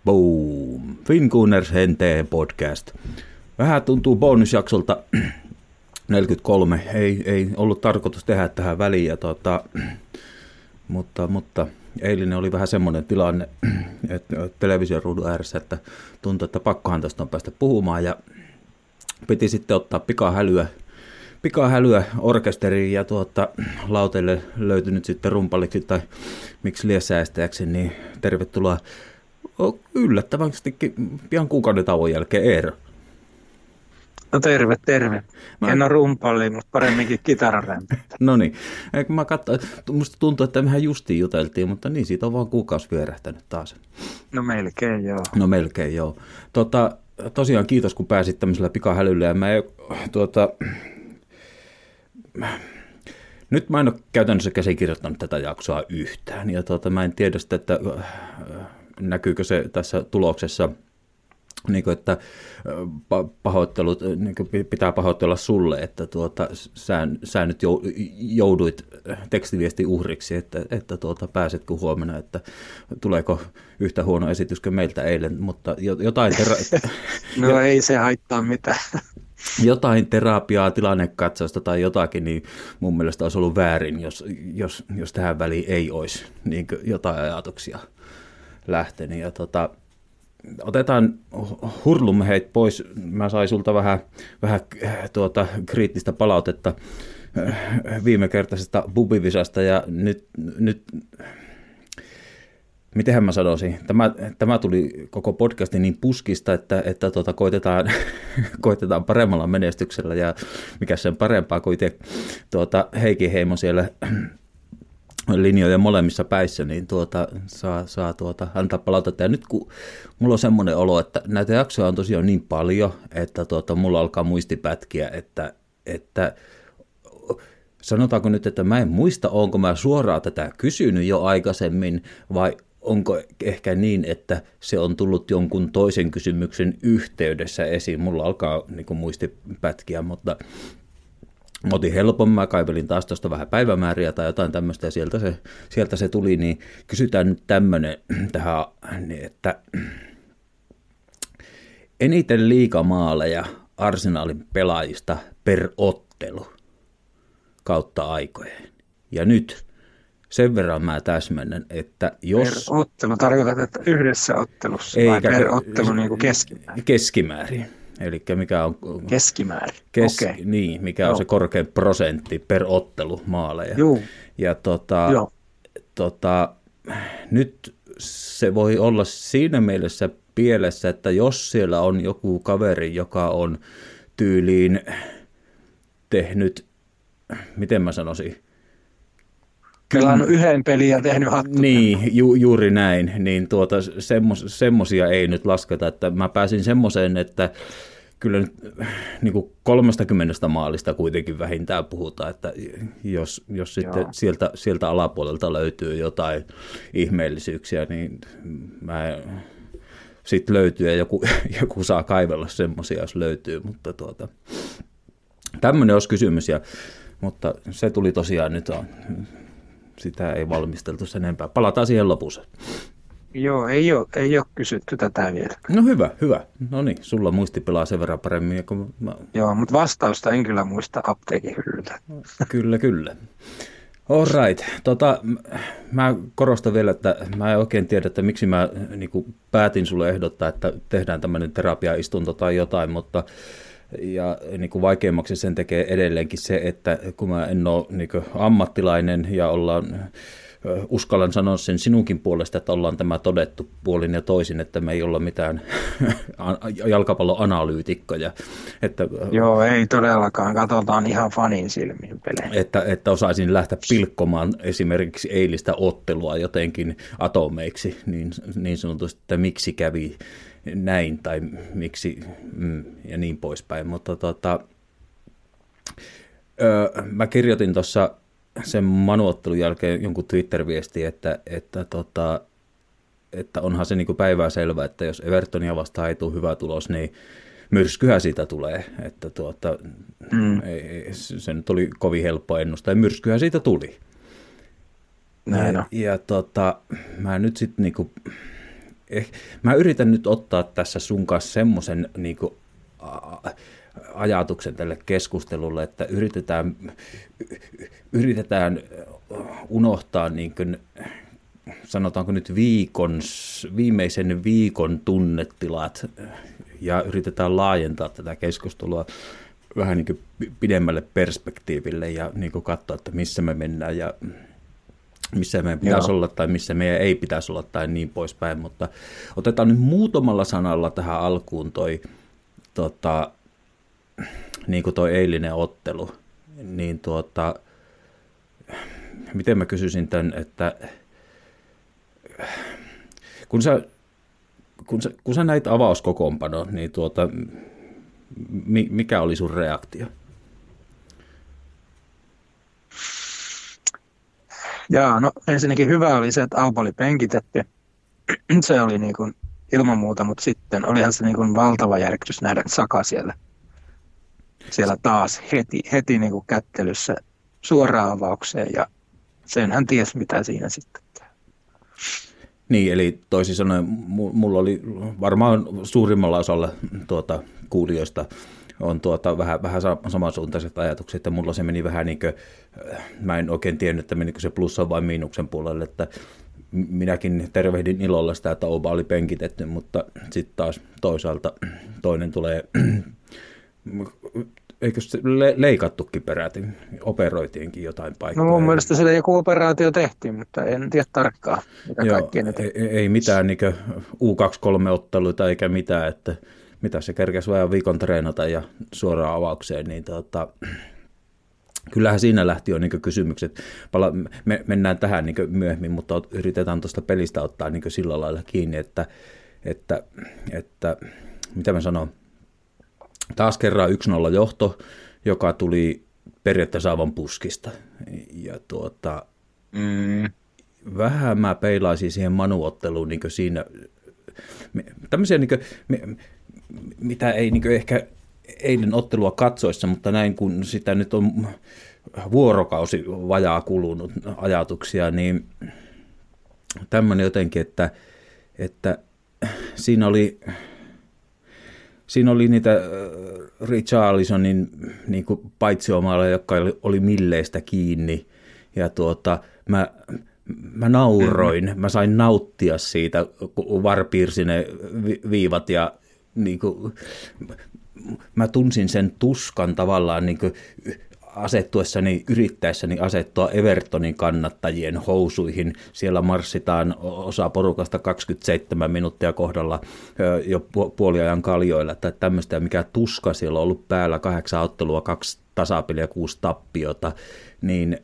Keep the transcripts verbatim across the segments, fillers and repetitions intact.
Boom! Finkunners henteen podcast. Vähän tuntuu bonusjaksolta neljäkymmentäkolme. Ei, ei ollut tarkoitus tehdä tähän väliin, ja tota, mutta, mutta eilinen oli vähän semmoinen tilanne, että television ruudun ääressä, että tuntui, että pakkohan tästä on päästä puhumaan, ja piti sitten ottaa pikahälyä, pikahälyä orkesteriin, ja tuota, Lautelle löytynyt sitten rumpaliksi tai miksi lie säästäjäksi, niin tervetuloa yllättävästikin pian kuukauden tauon jälkeen Eero. No terve, terve. Mä... En ole rumpalli, mutta paremminkin kitararämpä. No niin. Mä katsoin, musta tuntuu, että mehän justiin juteltiin, mutta niin, siitä on vaan kuukausi vierähtänyt taas. No melkein joo. No melkein joo. Tota, tosiaan kiitos, kun pääsit tämmöisellä pikahälyllä. Ja mä, tuota, nyt mä en ole käytännössä käsikirjoittanut tätä jaksoa yhtään. Ja tuota, mä en tiedä sitä, että näkyykö se tässä tuloksessa, niin kuin, että pahoittelut, niin kuin pitää pahoitella sulle, että tuota, sä, sä nyt jouduit tekstiviesti uhriksi, että, että tuota, pääsetkö huomenna, että tuleeko yhtä huono esitys kuin meiltä eilen, mutta jotain, tera- no ei se haittaa mitään. Jotain terapiaa, tilannekatsausta tai jotakin, niin mun mielestä olisi ollut väärin, jos, jos, jos tähän väliin ei olisi niin kuin jotain ajatuksia lähtenyt. Ja tota, otetaan, hurlumme heitä pois. Mä sain sulta vähän, vähän tuota, kriittistä palautetta viimekertaisesta bubivisasta, ja nyt, nyt mitenhän mä sanoisin, tämä, tämä tuli koko podcastin niin puskista, että, että tuota, koitetaan, koitetaan paremmalla menestyksellä, ja mikä sen parempaa kuin itse tuota, Heikin Heimo siellä linjoja molemmissa päissä, niin tuota, saa, saa tuota, antaa palautetta. Ja nyt kun mulla on semmoinen olo, että näitä jaksoja on tosiaan niin paljon, että tuota, mulla alkaa muistipätkiä, että, että sanotaanko nyt, että mä en muista, onko mä suoraan tätä kysynyt jo aikaisemmin, vai onko ehkä niin, että se on tullut jonkun toisen kysymyksen yhteydessä esiin. Mulla alkaa niin kuin muistipätkiä, mutta mä otin helpommin, mä kaivelin taas tuosta vähän päivämääriä tai jotain tämmöistä, ja sieltä se, sieltä se tuli, niin kysytään nyt tämmöinen tähän, että eniten liigamaaleja Arsenalin pelaajista per ottelu kautta aikojen. Ja nyt sen verran mä täsmennän, että jos... Per ottelu, tarkoitat, että yhdessä ottelussa vai eikä, per ottelu niin kuin keskimäärin? Keskimäärin. Eli mikä on... Keskimäärin, kes, okei. Niin, mikä on Joo. se korkein prosentti per ottelu maaleja. Joo. Ja tota, Joo. tota, nyt se voi olla siinä mielessä pielessä, että jos siellä on joku kaveri, joka on tyyliin tehnyt, miten mä sanoisin, pelannut yhden pelin ja tehnyt hattu. Niin, ju, juuri näin. Niin tuota, semmos, semmosia ei nyt lasketa, että mä pääsin semmoiseen, että kyllä nyt niin kuin kolmestakymmenestä maalista kuitenkin vähintään puhutaan, että jos, jos sitten sieltä, sieltä alapuolelta löytyy jotain ihmeellisyyksiä, niin mä sitten löytyy ja joku, joku saa kaivella semmoisia, jos löytyy, mutta tuota, tämmöinen olisi kysymys, ja, mutta se tuli tosiaan nyt on. Sitä ei valmisteltu sen enempää. Palataan siihen lopussa. Joo, ei ole, ei ole kysytty tätä vielä. No hyvä, hyvä. No niin, sulla muisti pelaa sen verran paremmin. Kun mä... Joo, mutta vastausta en kyllä muista apteekin hyllyltä. Kyllä, kyllä. All right. Tota, mä korostan vielä, että mä en oikein tiedä, että miksi mä niin kuin päätin sulle ehdottaa, että tehdään tämmöinen terapiaistunto tai jotain, mutta ja niin kuin vaikeammaksi sen tekee edelleenkin se, että kun mä en ole niin kuin ammattilainen ja ollaan, uskallan sanoa sen sinunkin puolesta, että ollaan tämä todettu puolin ja toisin, että me ei olla mitään jalkapalloanalyytikkoja. Että, Joo, ei todellakaan. Katsotaan ihan fanin silmiin pelejä. Että, että osaisin lähteä pilkkomaan esimerkiksi eilistä ottelua jotenkin atomeiksi, niin, niin sanotusti, että miksi kävi näin tai miksi mm, ja niin poispäin, mutta tota, öö, mä kirjoitin tuossa sen manuottelun jälkeen jonkun Twitter-viestin, että, että, tota, että onhan se niinku päivää selvä, että jos Evertonia vastaan ei tule hyvä tulos, niin myrskyhän siitä tulee, että tuota, mm. ei, se nyt oli kovin helppo ennustaa, ja myrskyhän siitä tuli. Näin ja, ja tota, mä nyt sitten niinku eh, mä yritän nyt ottaa tässä sun kanssa semmoisen niin kuin, a, ajatuksen tälle keskustelulle, että yritetään, yritetään unohtaa niin kuin, sanotaanko nyt viikon, viimeisen viikon tunnetilat ja yritetään laajentaa tätä keskustelua vähän niin kuin pidemmälle perspektiiville ja niin kuin katsoa, että missä me mennään ja missä meidän pitäisi Joo. olla tai missä meidän ei pitäisi olla tai niin poispäin, mutta otetaan nyt muutamalla sanalla tähän alkuun toi, tota, niin kuin toi eilinen ottelu, niin tuota, miten mä kysyisin tämän, että kun sä, kun sä, kun sä näit avauskokoonpano, niin tuota, mikä oli sun reaktio? Jaa, no ensinnäkin hyvä oli se, että Alba oli penkitetty. Se oli niin kuin ilman muuta, mutta sitten olihan se niin kuin valtava järkytys nähdä Saka siellä, siellä taas heti, heti niin kuin kättelyssä suoraan avaukseen ja sen hän tiesi, mitä siinä sitten. Niin, eli toisin sanoen, mulla oli varmaan suurimmalla osalla tuota, kuulijoista on tuota, vähän, vähän samansuuntaiset ajatukset, että mulla se meni vähän niin kuin, mä en oikein tiennyt, että menikö se plussan vai miinuksen puolelle, että minäkin tervehdin ilolla sitä, että Oba oli penkitetty, mutta sitten taas toisaalta toinen tulee, eikö se le- leikattukin peräti, operoitiinkin jotain paikkaa. No mun mielestä sillä joku operaatio tehtiin, mutta en tiedä tarkkaan, mitä Joo, kaikkea ne tehtiin. Ei, ei mitään niin U kaksikymmentäkolme-otteluita eikä mitään, että mitä se kerkesi vain viikon treenata ja suoraan avaukseen, niin tota, kyllähän siinä lähti jo niin kysymykset. Pala, me mennään tähän niin myöhemmin, mutta yritetään tuosta pelistä ottaa niin sillä lailla kiinni, että, että, että mitä mä sanon, taas kerran yksi nolla johto, joka tuli periaatteessa aivan puskista. Ja tuota, mm. vähän mä peilaisin siihen Manu-otteluun niin siinä, tämmöisiä, niin kuin, mitä ei niin ehkä eilen ottelua katsoissa, mutta näin kun sitä nyt on vuorokausi vajaa kulunut ajatuksia, niin tämmöinen jotenkin, että, että siinä oli... Siinä oli niitä Richarlisonin niin paitsiomailla, jotka oli milleistä kiinni, ja tuota, mä, mä nauroin, mä sain nauttia siitä, kun VAR piirsi ne viivat, ja niin kuin, mä tunsin sen tuskan tavallaan niin kuin asettuessani, yrittäessäni asettua Evertonin kannattajien housuihin. Siellä marssitaan osa porukasta kaksikymmentäseitsemän minuuttia kohdalla jo puoliajan kaljoilla, tai tämmöistä, mikä tuska siellä on ollut päällä, kahdeksan ottelua, kaksi tasapeliä, kuusi tappiota, niin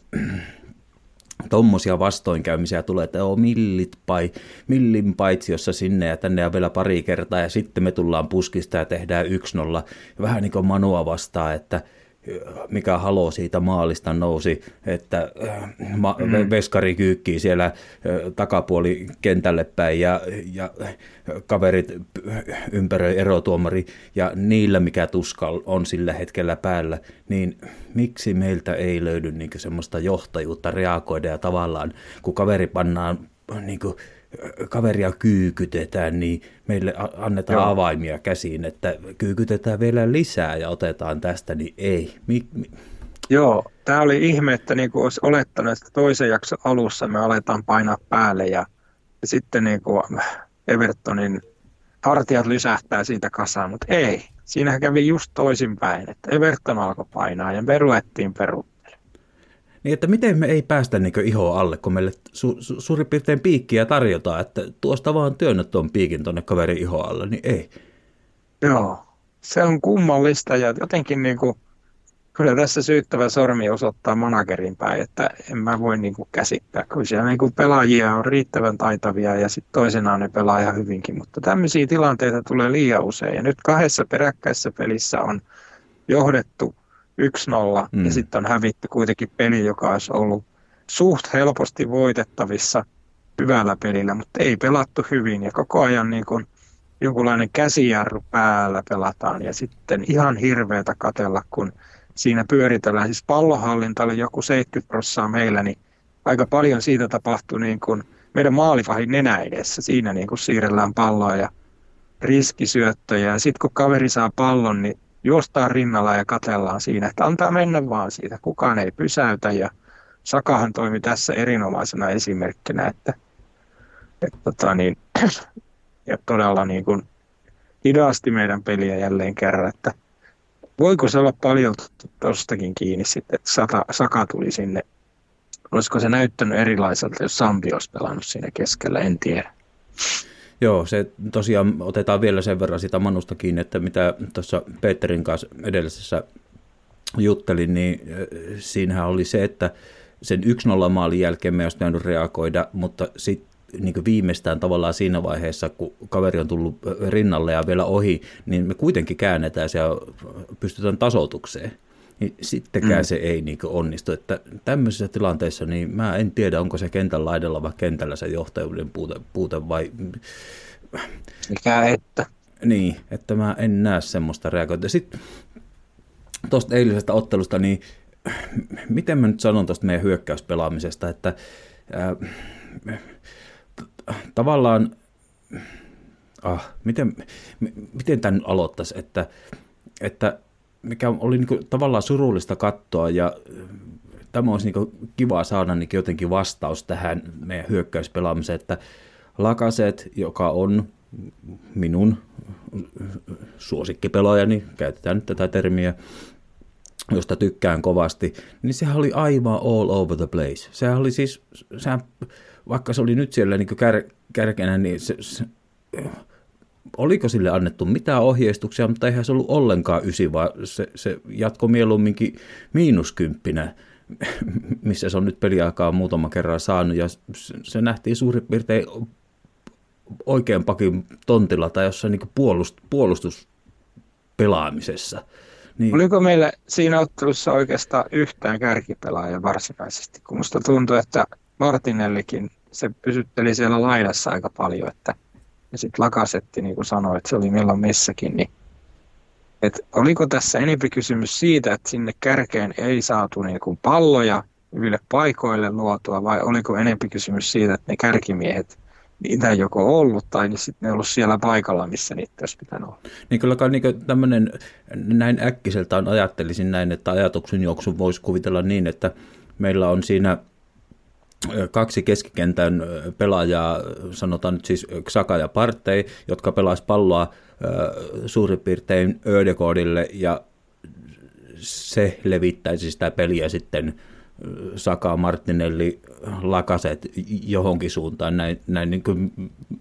tommosia vastoinkäymisiä tulee, että on millit pai, millin paitsiossa sinne ja tänne ja vielä pari kertaa, ja sitten me tullaan puskista ja tehdään yksi nolla, vähän niin kuin Manua vastaan, että mikä haloo siitä maalista nousi, että ma- mm. veskari kyykkii siellä takapuoli kentälle päin ja, ja kaverit ympäröi erotuomari ja niillä mikä tuska on sillä hetkellä päällä, niin miksi meiltä ei löydy niin semmoista johtajuutta reagoida ja tavallaan kun kaveri pannaan niin kuin kaveria kyykytetään, niin meille annetaan Joo. avaimia käsiin, että kyykytetään vielä lisää ja otetaan tästä, niin ei. Mi- mi- Joo, tämä oli ihme, että niinku olisi olettanut, että toisen jakson alussa me aletaan painaa päälle ja, ja sitten niinku Evertonin hartiat lysähtää siitä kasaan, mutta ei. Siinähän kävi just toisinpäin, että Everton alkoi painaa ja me ruvettiin peruuttelemaan. Niin, että miten me ei päästä niin ihoa alle, kun meille su- su- suurin piirtein piikkiä tarjotaan, että tuosta vaan työnnät tuon piikin tuonne kaverin ihoa alle, niin ei. Joo, se on kummallista ja jotenkin niin kuin, kyllä tässä syyttävä sormi osoittaa managerin päin, että en mä voi niin kuin käsittää, kun siellä niin kuin pelaajia on riittävän taitavia ja sitten toisenaan ne pelaa ihan hyvinkin, mutta tämmöisiä tilanteita tulee liian usein ja nyt kahdessa peräkkäisessä pelissä on johdettu yksi nolla mm. ja sitten on hävitty kuitenkin peli, joka olisi ollut suht helposti voitettavissa hyvällä pelillä, mutta ei pelattu hyvin ja koko ajan niin kuin jonkunlainen käsijarru päällä pelataan ja sitten ihan hirveätä katsella, kun siinä pyöritellään. Siis pallohallinta oli joku seitsemänkymmentä prosenttia meillä, niin aika paljon siitä tapahtui niin kuin meidän maalivahdin nenä edessä. Siinä niin kuin siirrellään palloa ja riskisyöttöjä. Ja sitten kun kaveri saa pallon, niin juostaan rinnalla ja katellaan siinä, että antaa mennä vaan siitä. Kukaan ei pysäytä ja Sakahan toimi tässä erinomaisena esimerkkinä, että, että tota niin, ja todella niin kuin hidasti meidän peliä jälleen kerran, että voiko se olla paljon tuostakin kiinni sitten, että Sata, Saka tuli sinne. Olisiko se näyttänyt erilaiselta, jos Sambi olisi pelannut siinä keskellä, en tiedä. Joo, se tosiaan otetaan vielä sen verran sitä Manusta kiinni, että mitä tuossa Peterin kanssa edellisessä juttelin, niin siinähän oli se, että sen yksi nolla maalin jälkeen me olisi täytynyt reagoida, mutta sitten niin viimeistään tavallaan siinä vaiheessa, kun kaveri on tullut rinnalle ja vielä ohi, niin me kuitenkin käännetään se ja pystytään tasoitukseen. Niin sittenkään mm. se ei niin onnistu. Että tämmöisissä tilanteissa niin mä en tiedä, onko se kentän laidalla vai kentällä se johtajuuden puute, puute vai... Mikä että? Niin, että mä en näe semmoista reagointia. Sitten tuosta eilisestä ottelusta, niin miten mä nyt sanon tuosta meidän hyökkäyspelaamisesta, että äh, tavallaan, ah, miten, miten tämän aloittaisi, että, että mikä oli niin kuin tavallaan surullista katsoa ja tämä olisi niin kuin kiva saada niin jotenkin vastaus tähän meidän hyökkäyspelaamiseen, että Lacazette, joka on minun suosikkipelaajani, käytetään nyt tätä termiä, josta tykkään kovasti, niin sehän oli aivan all over the place. Sehän oli siis, sehän, vaikka se oli nyt siellä niin kär, kärkenä, niin se, se, oliko sille annettu mitään ohjeistuksia, mutta eihän se ollut ollenkaan ysi, vaan se, se jatkoi mieluumminkin miinuskymppinä, missä se on nyt peliaikaa muutama kerran saanut, ja se, se nähtiin suurin piirtein oikein pakin tontilla tai jossain niin puolust, puolustuspelaamisessa. Niin. Oliko meillä siinä ottelussa oikeastaan yhtään kärkipelaajaa varsinaisesti, kun musta tuntui, että Martinellikin se pysytteli siellä laidassa aika paljon, että ja sitten Lacazette, niin kuin sanoi, että se oli milloin missäkin, niin et oliko tässä enempi kysymys siitä, että sinne kärkeen ei saatu niin kuin palloja yhdelle paikoille luotua, vai oliko enempi kysymys siitä, että ne kärkimiehet, niitä ei joko ollut, tai niin sitten ne ollut siellä paikalla, missä niitä olisi pitänyt olla. Niin kyllä kai niin tämmöinen, näin äkkiseltään ajattelisin näin, että ajatuksen juoksun voisi kuvitella niin, että meillä on siinä kaksi keskikentän pelaajaa, sanotaan nyt siis Xhaka ja Partey, jotka pelaisivat palloa suurin piirtein Ödegaardille, ja se levittäisi sitä peliä sitten Saka, Martinelli, Lacazette johonkin suuntaan. Näin, näin niin kuin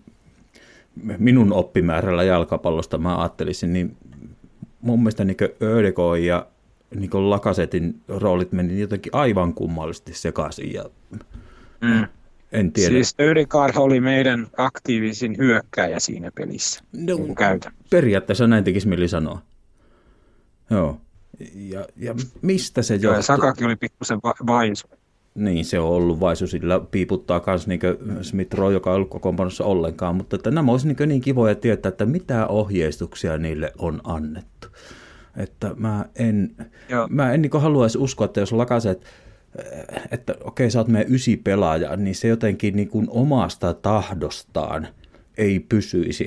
minun oppimäärällä jalkapallosta mä ajattelisin, niin mun mielestä niin Ödegaard ja niin Lacazettein roolit meni jotenkin aivan kummallisesti sekaisin ja mm. en tiedä. Siis Ödegaard oli meidän aktiivisin hyökkääjä siinä pelissä. No, periaatteessa näin tekisi mieli sanoa. Joo. Ja, ja mistä se johtuu? Ja Sakakin oli pikkusen va- vaisu. Niin, se on ollut vaisu, sillä piiputtaa myös niin Smith Rowe, joka ei ollut kokoonpanossa ollenkaan, mutta että nämä olisi niin, niin kivoja tietää, että mitä ohjeistuksia niille on annettu. Että mä en, mä en niin haluaisi uskoa, että jos Lacazette, että okei, sä oot meidän ysi pelaaja, niin se jotenkin niin kuin omasta tahdostaan ei pysyisi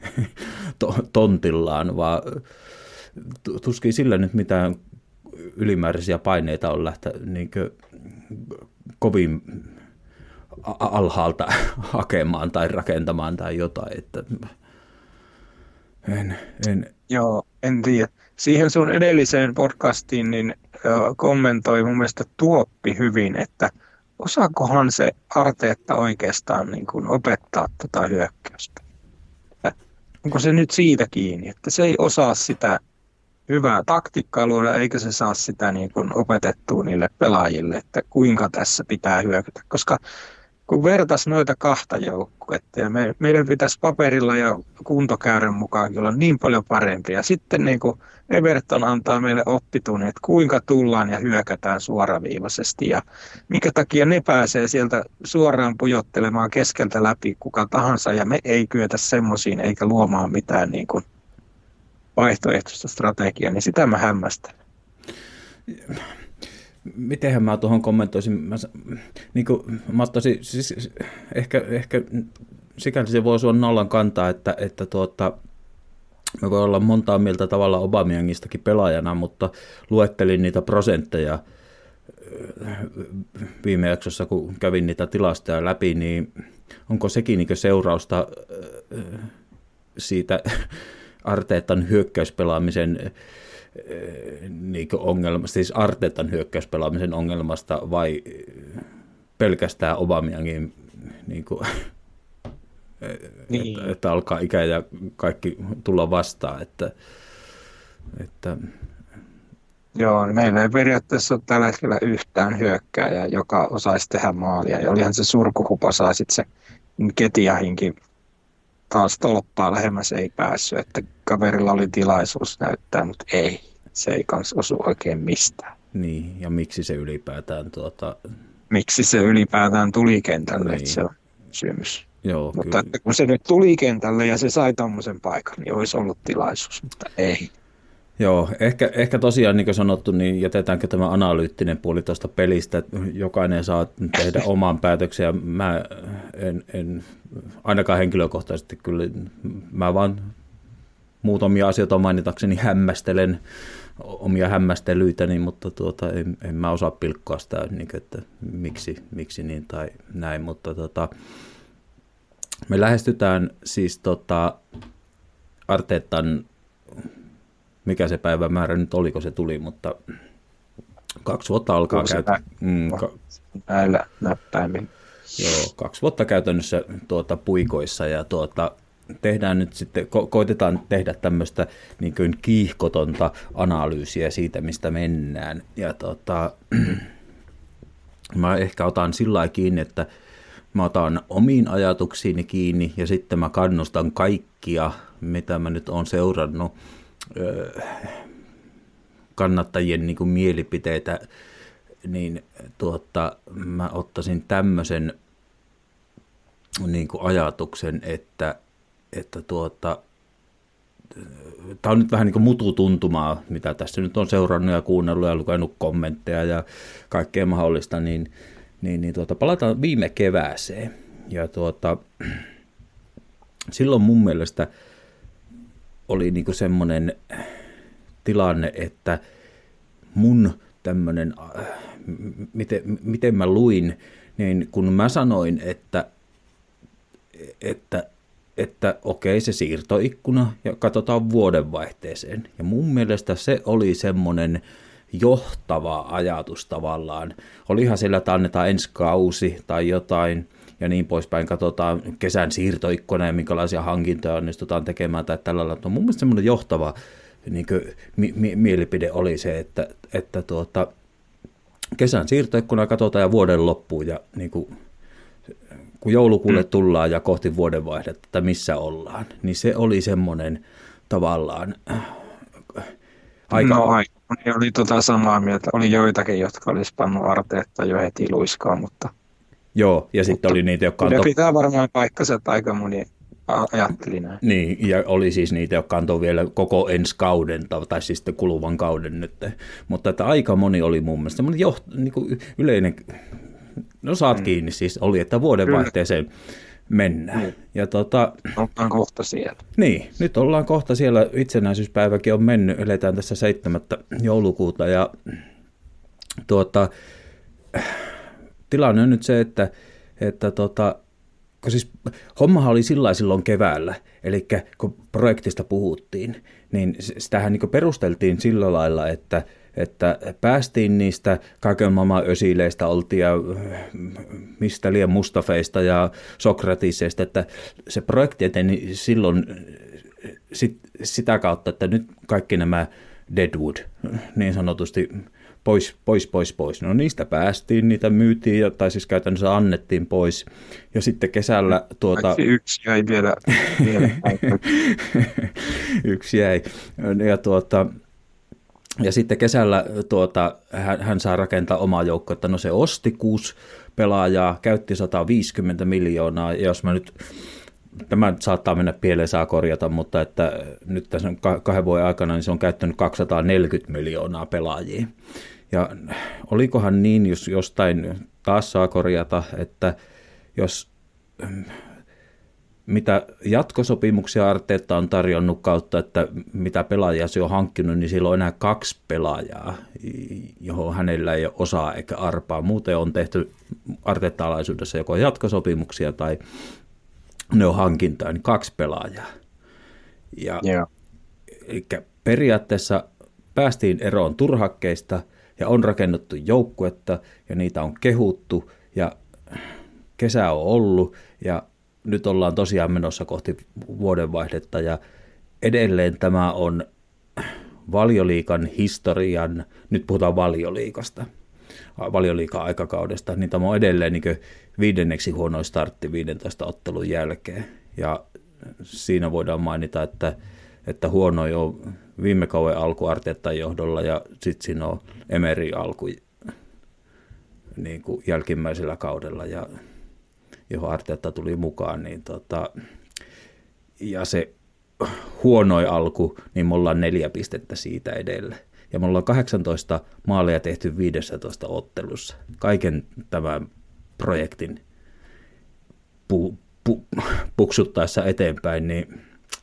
tontillaan, vaan tuskin sillä nyt mitään ylimääräisiä paineita on lähteä niin kovin alhaalta hakemaan tai rakentamaan tai jotain. Että en, en. Joo, en tiedä. Siihen sun edelliseen podcastiin niin kommentoi mun mielestä Tuoppi hyvin, että osaakohan se Arteetta oikeastaan niin kuin opettaa tätä hyökkäystä. Onko se nyt siitä kiinni, että se ei osaa sitä hyvää taktiikkaa luoda, eikä se saa sitä niin kuin opetettua niille pelaajille, että kuinka tässä pitää hyökätä. Koska kun vertaisi noita kahta joukkuetta, ja me, meidän pitäisi paperilla ja kuntokäyrän mukaan olla niin paljon parempia. Sitten niin kuin Everton antaa meille oppitunnin, että kuinka tullaan ja hyökätään suoraviivaisesti, ja minkä takia ne pääsee sieltä suoraan pujottelemaan keskeltä läpi kuka tahansa, ja me ei kyetä semmoisiin eikä luomaan mitään niin kuin vaihtoehtoista strategiaa, niin sitä mä hämmästän. mitenhän mä tuohon kommentoisin, mä, niin kuin, mä ottaisin, siis, ehkä, ehkä sikäli se voi olla nollan kantaa, että, että tuota, me voi olla montaa mieltä tavalla Aubameyangistakin pelaajana, mutta luettelin niitä prosentteja viime jaksossa, kun kävin niitä tilastoja läpi, niin onko sekin niin seurausta siitä Arteetan hyökkäyspelaamisen niin ongelmasta, siis Arteetan hyökkäyspelaamisen ongelmasta vai pelkästään Aubameyangin niin kuin, niin. Että, että alkaa ikä ja kaikki tulla vastaan, että, että joo, meillä ei periaatteessa ole tällä hetkellä yhtään hyökkääjää, joka osaisi tehdä maalia. Ja olihan se surkuhupa saa sitten se Ketiahinkin taas tolppaa lähemmäs ei päässyt, että kaverilla oli tilaisuus näyttää, mutta ei. Se ei kanssa osu oikein mistään. Niin, ja miksi se ylipäätään tuota... Miksi se ylipäätään tuli kentälle, niin. Että se on kysymys. Joo, mutta että kun se nyt tuli kentälle ja se sai tommosen paikan, niin olisi ollut tilaisuus, mutta ei. Joo, ehkä, ehkä tosiaan niin kuin sanottu, niin jätetäänkö tämä analyyttinen puoli tuosta pelistä, että jokainen saa tehdä oman päätöksen ja mä en, en ainakaan henkilökohtaisesti kyllä, mä vaan muutamia asioita mainitakseni hämmästelen omia hämmästelyitäni, mutta tuota, en, en mä osaa pilkkoa sitä, niin kuin, että miksi, miksi niin tai näin, mutta tota, me lähestytään siis tota, Arteetan, mikä se päivämäärä nyt oli, kun se tuli, mutta kaksi vuotta alkaa käytä. Mm, ka- näillä näppäimin. Joo, kaksi vuotta käytännössä tuota, puikoissa ja tuota, tehdään nyt sitten, ko- koitetaan tehdä tämmöistä niin kuin kiihkotonta analyysiä siitä, mistä mennään. Ja tuota, mä ehkä otan sillä lailla kiinni, että mä otan omiin ajatuksiini kiinni ja sitten mä kannustan kaikkia, mitä mä nyt oon seurannut, kannattajien niin kuin mielipiteitä, niin tuota, mä ottaisin tämmöisen niin kuin ajatuksen, että, että tuota, tämä on nyt vähän niin kuin mututuntumaa, mitä tässä nyt on seurannut ja kuunnellut ja lukenut kommentteja ja kaikkea mahdollista, niin, niin, niin tuota, palataan viime kevääseen. Ja tuota, silloin mun mielestä oli niinku semmoinen tilanne, että mun tämmöinen, miten, miten mä luin, niin kun mä sanoin, että, että, että okei, se siirtoikkuna ja katsotaan vuodenvaihteeseen. Ja mun mielestä se oli semmoinen johtava ajatus tavallaan. Olihan siellä, että annetaan ensi kausi tai jotain, ja niin poispäin, katsotaan kesän siirtoikkuna ja minkälaisia hankintoja onnistutaan tekemään tai tällä lailla. Mun mielestä semmoinen johtava niin kuin, mi- mi- mielipide oli se, että, että tuota, kesän siirtoikkuna katsotaan ja vuoden loppuun ja niin kuin, kun joulukuulle mm. tullaan ja kohti vuodenvaihdetta, että missä ollaan, niin se oli semmoinen tavallaan aika... No aika, oli tota samaa mieltä. Oli joitakin, jotka olisi pannut Arteetta jo heti luiskaan, mutta... Joo, ja sitten oli niitä, jotka antoi... pitää varmaan paikkansa, että aika moni ajatteli näin. Niin, ja oli siis niitä, jotka antoi vielä koko ensi kauden, tai siis kuluvan kauden nyt. Mutta että aika moni oli mun mielestä semmoinen joht... niin kuin yleinen, no saat hmm. kiinni siis, oli, että vuodenvaihteeseen mennään. Hmm. Ja tota... Ollaan kohta siellä. Niin, nyt ollaan kohta siellä, itsenäisyyspäiväkin on mennyt, eletään tässä seitsemättä joulukuuta, ja tuota... Tilanne on nyt se, että, että tota, kun siis hommahan oli sillä silloin keväällä, eli kun projektista puhuttiin, niin sitähän niin perusteltiin sillä lailla, että, että päästiin niistä kaiken maailman ösileistä, oltiin ja mistä liian Mustafeista ja Sokratiseista, että se projekti eteni silloin sit, sitä kautta, että nyt kaikki nämä Deadwood niin sanotusti pois, pois, pois, pois. No niistä päästiin, niitä myytiin, ja, tai siis käytännössä annettiin pois. Ja sitten kesällä... Tuota... Yksi jäi vielä. vielä. Yksi jäi. Ja, tuota, ja sitten kesällä tuota, hän, hän saa rakentaa omaa joukkoa, että no se osti kuusi pelaajaa, käytti sata viisikymmentä miljoonaa, ja jos mä nyt... Tämä saattaa mennä pieleen, saa korjata, mutta että nyt tässä kahden vuoden aikana niin se on käyttänyt kaksisataaneljäkymmentä miljoonaa pelaajia. Ja olikohan niin, jos jostain taas saa korjata, että jos mitä jatkosopimuksia Arteetta on tarjonnut kautta, että mitä pelaajia se on hankkinut, niin sillä on enää kaksi pelaajaa, johon hänellä ei ole osaa eikä arpaa. Muuten on tehty Arteetta-alaisuudessa joko jatkosopimuksia tai ne on hankintaa, niin kaksi pelaajaa. Ja yeah. Eli periaatteessa päästiin eroon turhakkeista ja on rakennettu joukkuetta ja niitä on kehuttu ja kesä on ollut ja nyt ollaan tosiaan menossa kohti vuodenvaihdetta ja edelleen tämä on Valioliigan historian, nyt puhutaan Valioliigasta, Valioliigan aikakaudesta, niin tämä on edelleen niin viidenneksi huonoin startti viidentoista ottelun jälkeen ja siinä voidaan mainita, että, että huonoin on viime kauden alku Arteetan johdolla ja sitten siinä on Emery alku niin kuin jälkimmäisellä kaudella ja johon Arteetta tuli mukaan, niin tota, ja se huonoin alku, niin me ollaan neljä pistettä siitä edellä. Ja me ollaan kahdeksantoista maaleja tehty viidessätoista ottelussa. Kaiken tämän projektin pu, pu, puksuttaessa eteenpäin, niin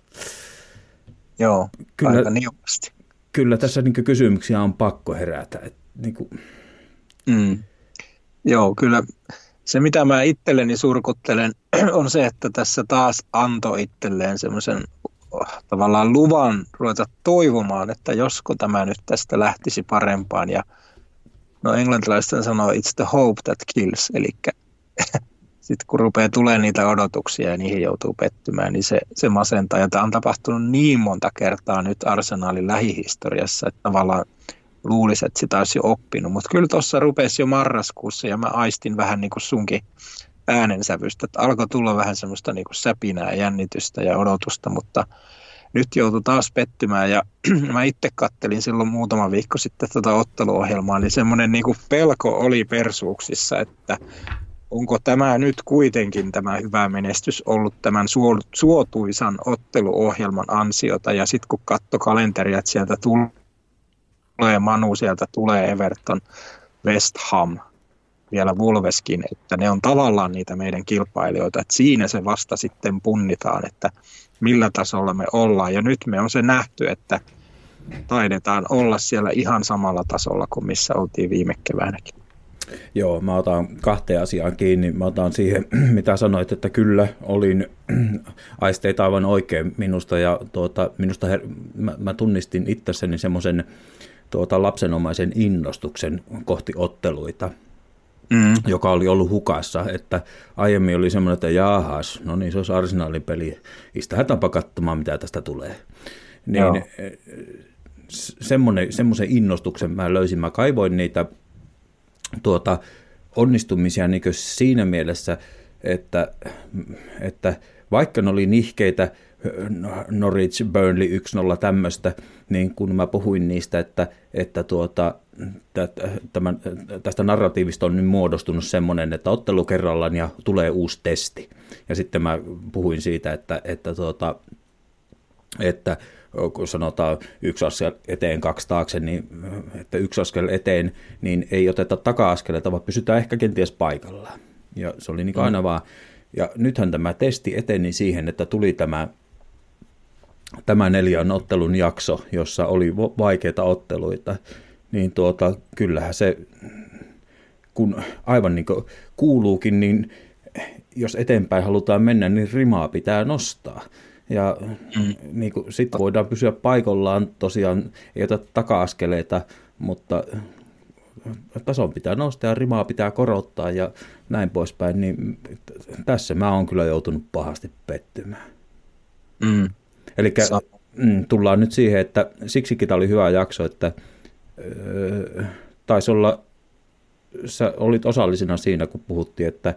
joo, kyllä, aika niukasti. Kyllä tässä niin kysymyksiä on pakko herätä. Et, niin kuin. Mm. Joo, kyllä. Se, mitä mä itselleni surkuttelen, on se, että tässä taas antoi itselleen semmoisen oh, tavallaan luvan ruveta toivomaan, että josko tämä nyt tästä lähtisi parempaan. Ja no englantilaiset sanoo, it's the hope that kills, eli sitten kun rupeaa tulemaan niitä odotuksia ja niihin joutuu pettymään, niin se, se masentaa. Ja tämä on tapahtunut niin monta kertaa nyt Arsenalin lähihistoriassa, että tavallaan luulisi, että sitä olisi jo oppinut, mutta kyllä tuossa rupesi jo marraskuussa ja mä aistin vähän niin kuin sunkin äänensävystä, että alkoi tulla vähän semmoista niin kuin säpinää, jännitystä ja odotusta, mutta nyt joutui taas pettymään ja mä itse kattelin silloin muutama viikko sitten tätä otteluohjelmaa, niin semmoinen niin kuin pelko oli persuuksissa, että onko tämä nyt kuitenkin tämä hyvä menestys ollut tämän suotuisan otteluohjelman ansiota ja sitten kun katsoi kalenteria, että sieltä tuli tulee Manu, sieltä tulee Everton, West Ham, vielä Wolveskin, että ne on tavallaan niitä meidän kilpailijoita, että siinä se vasta sitten punnitaan, että millä tasolla me ollaan. Ja nyt me on se nähty, että taidetaan olla siellä ihan samalla tasolla kuin missä oltiin viime keväänäkin. Joo, mä otan kahteen asiaan kiinni. Mä otan siihen, mitä sanoit, että kyllä olin aisteita aivan oikein minusta ja tuota, minusta her- mä, mä tunnistin itsessäni semmoisen tuota, lapsenomaisen innostuksen kohti otteluita, mm. joka oli ollut hukassa, että aiemmin oli semmoinen, että jaahas, no niin se olisi Arsenalin peli, istähätäänpä katsomaan mitä tästä tulee. Niin semmoinen, semmoisen innostuksen mä löysin, mä kaivoin niitä tuota, onnistumisia niin siinä mielessä, että, että vaikka ne oli nihkeitä, Norwich, Burnley yksi nolla tämmöistä, niin kun mä puhuin niistä, että, että tuota, tämän, tästä narratiivista on nyt muodostunut semmoinen, että ottelu kerrallaan ja tulee uusi testi. Ja sitten mä puhuin siitä, että, että, tuota, että kun sanotaan yksi askel eteen, kaksi taakse, niin että yksi askel eteen, niin ei oteta taka-askeleita, vaan pysytään ehkä kenties paikallaan. Ja se oli niin aina mm. vaan. Ja nythän tämä testi eteni siihen, että tuli tämä tämä neljän ottelun jakso, jossa oli vaikeita otteluita, niin tuota, kyllähän se, kun aivan niin kuin kuuluukin, niin jos eteenpäin halutaan mennä, niin rimaa pitää nostaa. Ja mm. niin sitten voidaan pysyä paikallaan, tosiaan ei ota taka-askeleita, mutta tason pitää nostaa ja rimaa pitää korottaa ja näin poispäin, niin tässä mä oon kyllä joutunut pahasti pettymään. Mm. Eli mm, tullaan nyt siihen, että siksikin tämä oli hyvä jakso, että ö, taisi olla, sä olit osallisena siinä, kun puhuttiin, että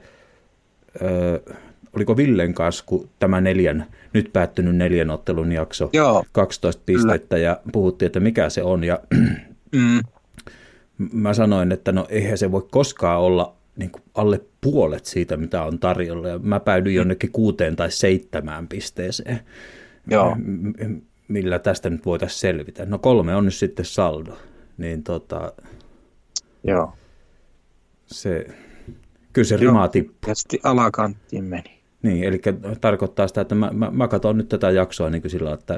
ö, oliko Villen kanssa, kun tämä neljän, nyt päättynyt neljän ottelun jakso, Joo, kaksitoista pistettä, kyllä. Ja puhuttiin, että mikä se on, ja mm. mä sanoin, että no eihän se voi koskaan olla niin kuin alle puolet siitä, mitä on tarjolla, ja mä päädyin jonnekin kuuteen tai seitsemään pisteeseen. Joo. Millä tästä nyt voitaisiin selvitä. No kolme on nyt sitten saldo. Niin tota, Joo. Se, kyllä se rimaa tippuu. Ja alakanttiin meni. Niin, eli tarkoittaa sitä, että mä, mä, mä katson nyt tätä jaksoa niin kuin sillä, että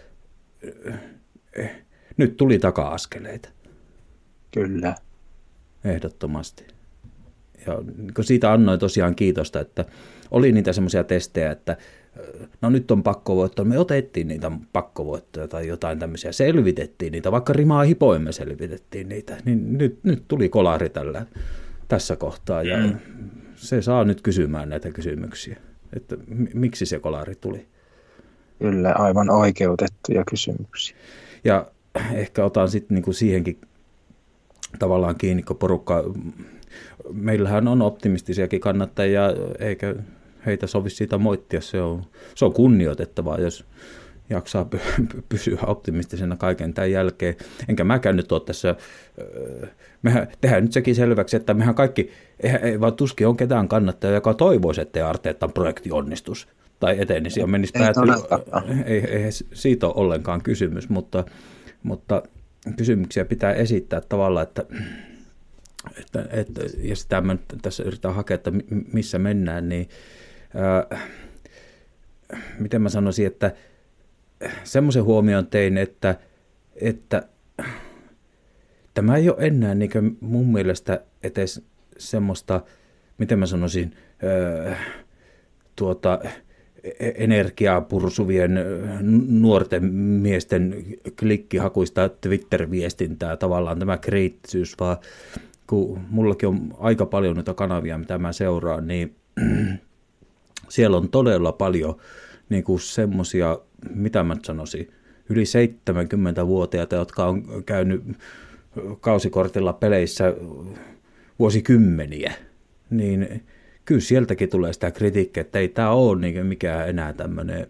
eh, nyt tuli taka-askeleita. Kyllä. Ehdottomasti. Ja niin siitä annoin tosiaan kiitosta, että oli niitä semmoisia testejä, että no nyt on pakkovoittoja, me otettiin niitä pakkovoittoja tai jotain tämmöisiä, selvitettiin niitä, vaikka rimaa hipoimme selvitettiin niitä, niin nyt, nyt tuli kolari tällä, tässä kohtaa ja mm. se saa nyt kysymään näitä kysymyksiä, että miksi se kolari tuli. Kyllä, aivan oikeutettuja kysymyksiä. Ja ehkä otan sitten niinku siihenkin tavallaan kiinni, kun porukka, meillähän on optimistisiakin kannattajia, eikä heitä sovi siitä moittia, se on, se on kunnioitettavaa, jos jaksaa pysyä optimistisena kaiken tämän jälkeen. Enkä mäkään nyt ole tässä, mehän tehdään nyt sekin selväksi, että mehän kaikki, ei vaan tuskin on ketään kannattaja, joka toivoisi, ettei Arteetan projekti onnistus tai etenisi ja menisi päätyä. Ei, ei siitä ole ollenkaan kysymys, mutta, mutta kysymyksiä pitää esittää tavallaan, että, että, että ja sitä mä tässä yritän hakea, että missä mennään, niin ää, miten mä sanoisin, että semmoisen huomioon tein, että, että tämä ei ole enää niin kuin mun mielestä edes semmoista, miten mä sanoisin, ää, tuota, energiaa pursuvien nuorten miesten klikkihakuista Twitter-viestintää tavallaan tämä kriittisyys, vaan kun mullakin on aika paljon noita kanavia, mitä mä seuraan, niin siellä on todella paljon niin kuin semmoisia, mitä mä sanoisin, yli seitsemänkymmentävuotiaita, jotka on käynyt kausikortilla peleissä vuosikymmeniä, niin kyllä sieltäkin tulee sitä kritiikkiä, että ei tämä ole niin mikään enää tämmöinen,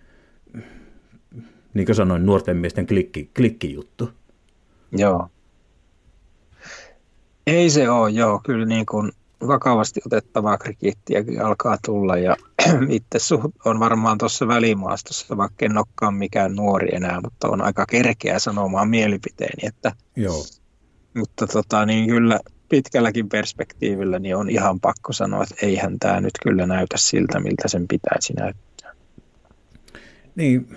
niin kuin sanoin, nuorten miesten klikki, klikkijuttu. Joo. Ei se ole, joo. Kyllä niin kuin vakavasti otettavaa kritiikkiäkin alkaa tulla ja itse on varmaan tuossa välimaastossa, vaikka en olekaan mikään nuori enää, mutta on aika kerkeä sanomaan mielipiteeni, että joo. Mutta tota, niin kyllä pitkälläkin perspektiivillä niin on ihan pakko sanoa, että eihän tämä nyt kyllä näytä siltä, miltä sen pitäisi näyttää. Niin,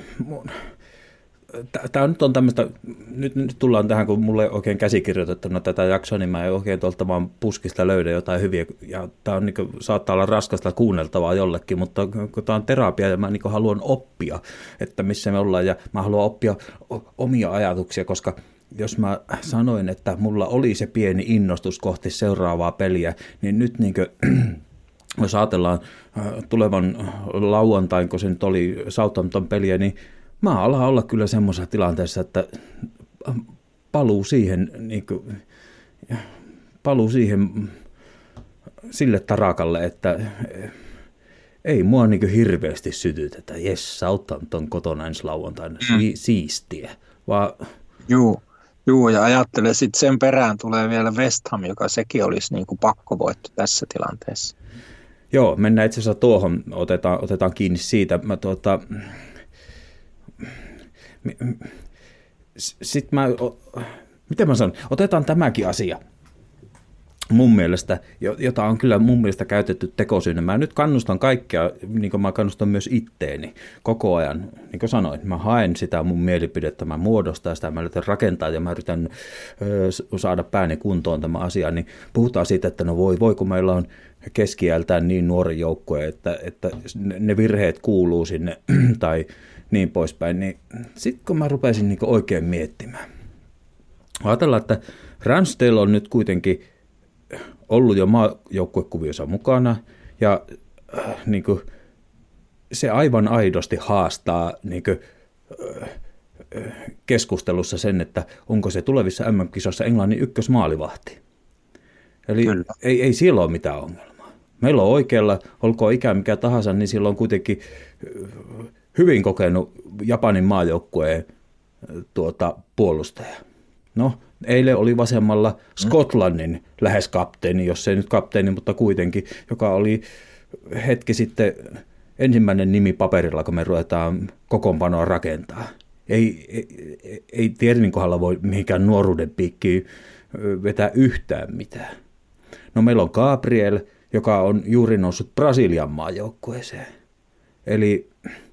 tämä nyt on tämmöistä, nyt, nyt tullaan tähän, kun mulle ei oikein käsikirjoitettuna tätä jaksoa, niin mä en oikein tuolta vaan puskista löydä jotain hyviä, ja tämä on, niin kuin, saattaa olla raskasta kuunneltavaa jollekin, mutta kun tämä on terapia ja mä niin kuin haluan oppia, että missä me ollaan, ja mä haluan oppia omia ajatuksia, koska jos mä sanoin, että mulla oli se pieni innostus kohti seuraavaa peliä, niin nyt niin kuin, jos ajatellaan tulevan lauantain, kun se nyt oli Southampton peliä, niin mä alan olla kyllä semmoisessa tilanteessa, että paluu siihen, niin kuin, paluu siihen sille tarakalle, että ei mua niin kuin hirveästi sytytetä. Jes, Southampton kotona ensi lauantaina, si- siistiä, vaan Juu. Joo, ja ajattelen sitten sen perään tulee vielä West Ham, joka sekin olisi niin kuin pakkovoitto tässä tilanteessa. Joo, mennään itse asiassa tuohon, otetaan, otetaan kiinni siitä. Mä, tuota, sitten mä, miten mä sanon, otetaan tämäkin asia mun mielestä, jota on kyllä mun mielestä käytetty tekosyynä. Mä nyt kannustan kaikkea, niin kuin mä kannustan myös itteeni koko ajan. Niin kuin sanoin, mä haen sitä mun mielipidettä, mä muodostan sitä, mä yritän rakentaa ja mä yritän ö, saada pääni kuntoon tämä asia. Niin puhutaan siitä, että no voi, voi kun meillä on keski-iältään niin nuori joukkue, että, että ne virheet kuuluu sinne tai niin poispäin. Niin sitten kun mä rupesin niin kuin oikein miettimään. Ajatellaan, että Ramsdale on nyt kuitenkin ollut jo maajoukkuekuviossa mukana, ja äh, niin kuin, se aivan aidosti haastaa niin kuin, äh, keskustelussa sen, että onko se tulevissa M M-kisoissa Englannin ykkösmaalivahti. Eli ei, ei siellä ole mitään ongelmaa. Meillä on oikealla, olkoon ikä mikä tahansa, niin siellä on kuitenkin hyvin kokenut Japanin maajoukkueen tuota, puolustaja. No, eilen oli vasemmalla Skotlannin lähes kapteeni, jos ei nyt kapteeni, mutta kuitenkin, joka oli hetki sitten ensimmäinen nimi paperilla, kun me ruvetaan kokoonpanoa rakentaa. Ei, ei, ei Tiernin kohdalla voi mihinkään nuoruuden piikkiin vetää yhtään mitään. No meillä on Gabriel, joka on juuri noussut Brasilian maajoukkueeseen. Eli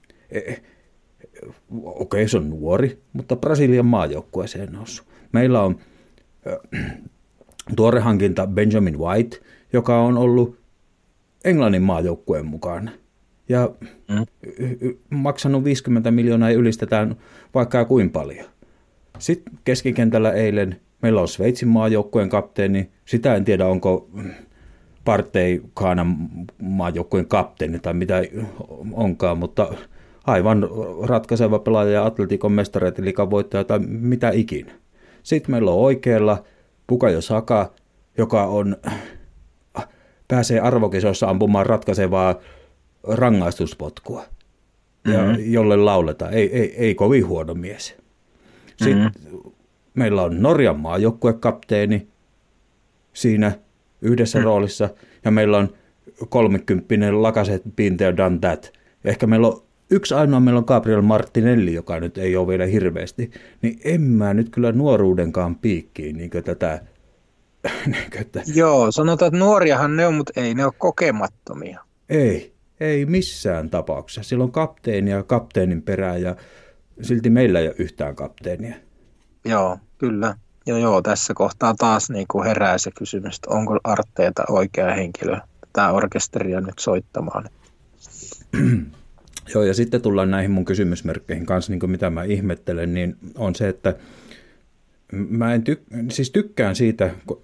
okei, okay, se on nuori, mutta Brasilian maajoukkueeseen noussut. Meillä on äh, tuore hankinta Benjamin White, joka on ollut Englannin maajoukkueen mukana. Ja mm. maksanut viisikymmentä miljoonaa ja ylistetään vaikka kuin paljon. Sitten keskikentällä eilen meillä on Sveitsin maajoukkueen kapteeni. Sitä en tiedä, onko Partey Ghanan maajoukkueen kapteeni tai mitä onkaan, mutta aivan ratkaiseva pelaaja ja Atleticon mestareiden liigan voittaja tai mitä ikinä. Sitten meillä on oikealla Bukayo Saka, joka on, pääsee arvokisoissa ampumaan ratkaisevaa rangaistuspotkua, ja mm-hmm. jolle lauletaan. Ei, ei, ei kovin huono mies. Sitten mm-hmm. meillä on Norjan maajoukkuekapteeni siinä yhdessä mm-hmm. roolissa, ja meillä on kolmekymppinen Lacazette, been there, done that. Ja ehkä meillä on yksi ainoa, meillä on Gabriel Martinelli, joka nyt ei ole vielä hirveästi, niin en mä nyt kyllä nuoruudenkaan piikkiin niin tätä. niin että... Joo, sanotaan, että nuoriahan ne on, mutta ei ne ole kokemattomia. Ei, ei missään tapauksessa. Sillä on kapteeni ja kapteenin perään ja silti meillä ei ole yhtään kapteenia. Joo, kyllä. Ja joo, tässä kohtaa taas niin kuin herää se kysymys, että onko Arteeta oikea henkilö tätä orkesteria nyt soittamaan. Joo, ja sitten tullaan näihin mun kysymysmerkkeihin kanssa, niin kuin mitä mä ihmettelen, niin on se, että mä en tyk- siis tykkään siitä, kun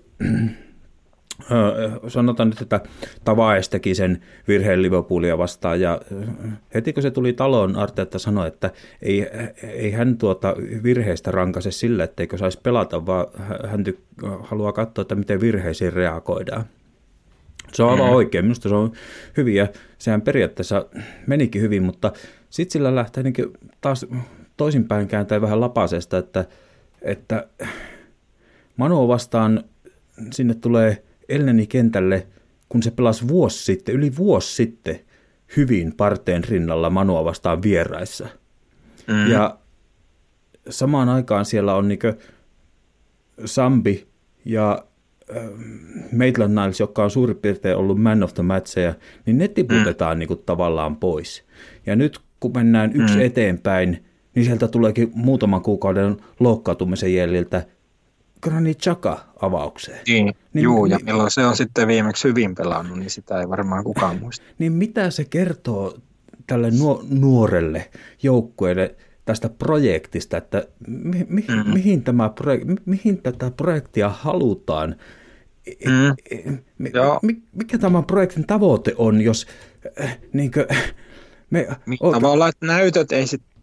sanotaan nyt, että Tavares teki sen virheen Liverpoolia vastaan, ja heti kun se tuli taloon, Arteetta sanoi, että ei, ei hän tuota virheistä rankaise sillä, etteikö saisi pelata, vaan hän tyk- haluaa katsoa, että miten virheisiin reagoidaan. Se on aivan mm. oikein, minusta se on hyvin, ja sehän periaatteessa menikin hyvin, mutta sitten sillä lähtee niin taas toisinpäin kääntää vähän lapasesta, että, että Manu vastaan sinne tulee Elneny kentälle, kun se pelasi vuosi sitten, yli vuosi sitten hyvin Parteen rinnalla Manua vastaan vieraissa. Mm. Ja samaan aikaan siellä on niin Sambi ja Maitland Niles, joka on suurin piirtein ollut man of the matcheja, niin ne tiputetaan mm. niin kuin tavallaan pois. Ja nyt kun mennään yksi mm. eteenpäin, niin sieltä tuleekin muutaman kuukauden loukkaantumisen jäljiltä Granit Xhaka avaukseen. Niin, niin, juu, ja milloin se on sitten viimeksi hyvin pelannut, niin sitä ei varmaan kukaan muista. Niin mitä se kertoo tälle nuorelle joukkueelle tästä projektista, että mi, mi, mm. mihin, tämä projek, mi, mihin tätä projektia halutaan? Mm. Mi, mi, mikä tämän projektin tavoite on, jos äh, niin kuin, me... O, tavallaan, että näytöt ei sitten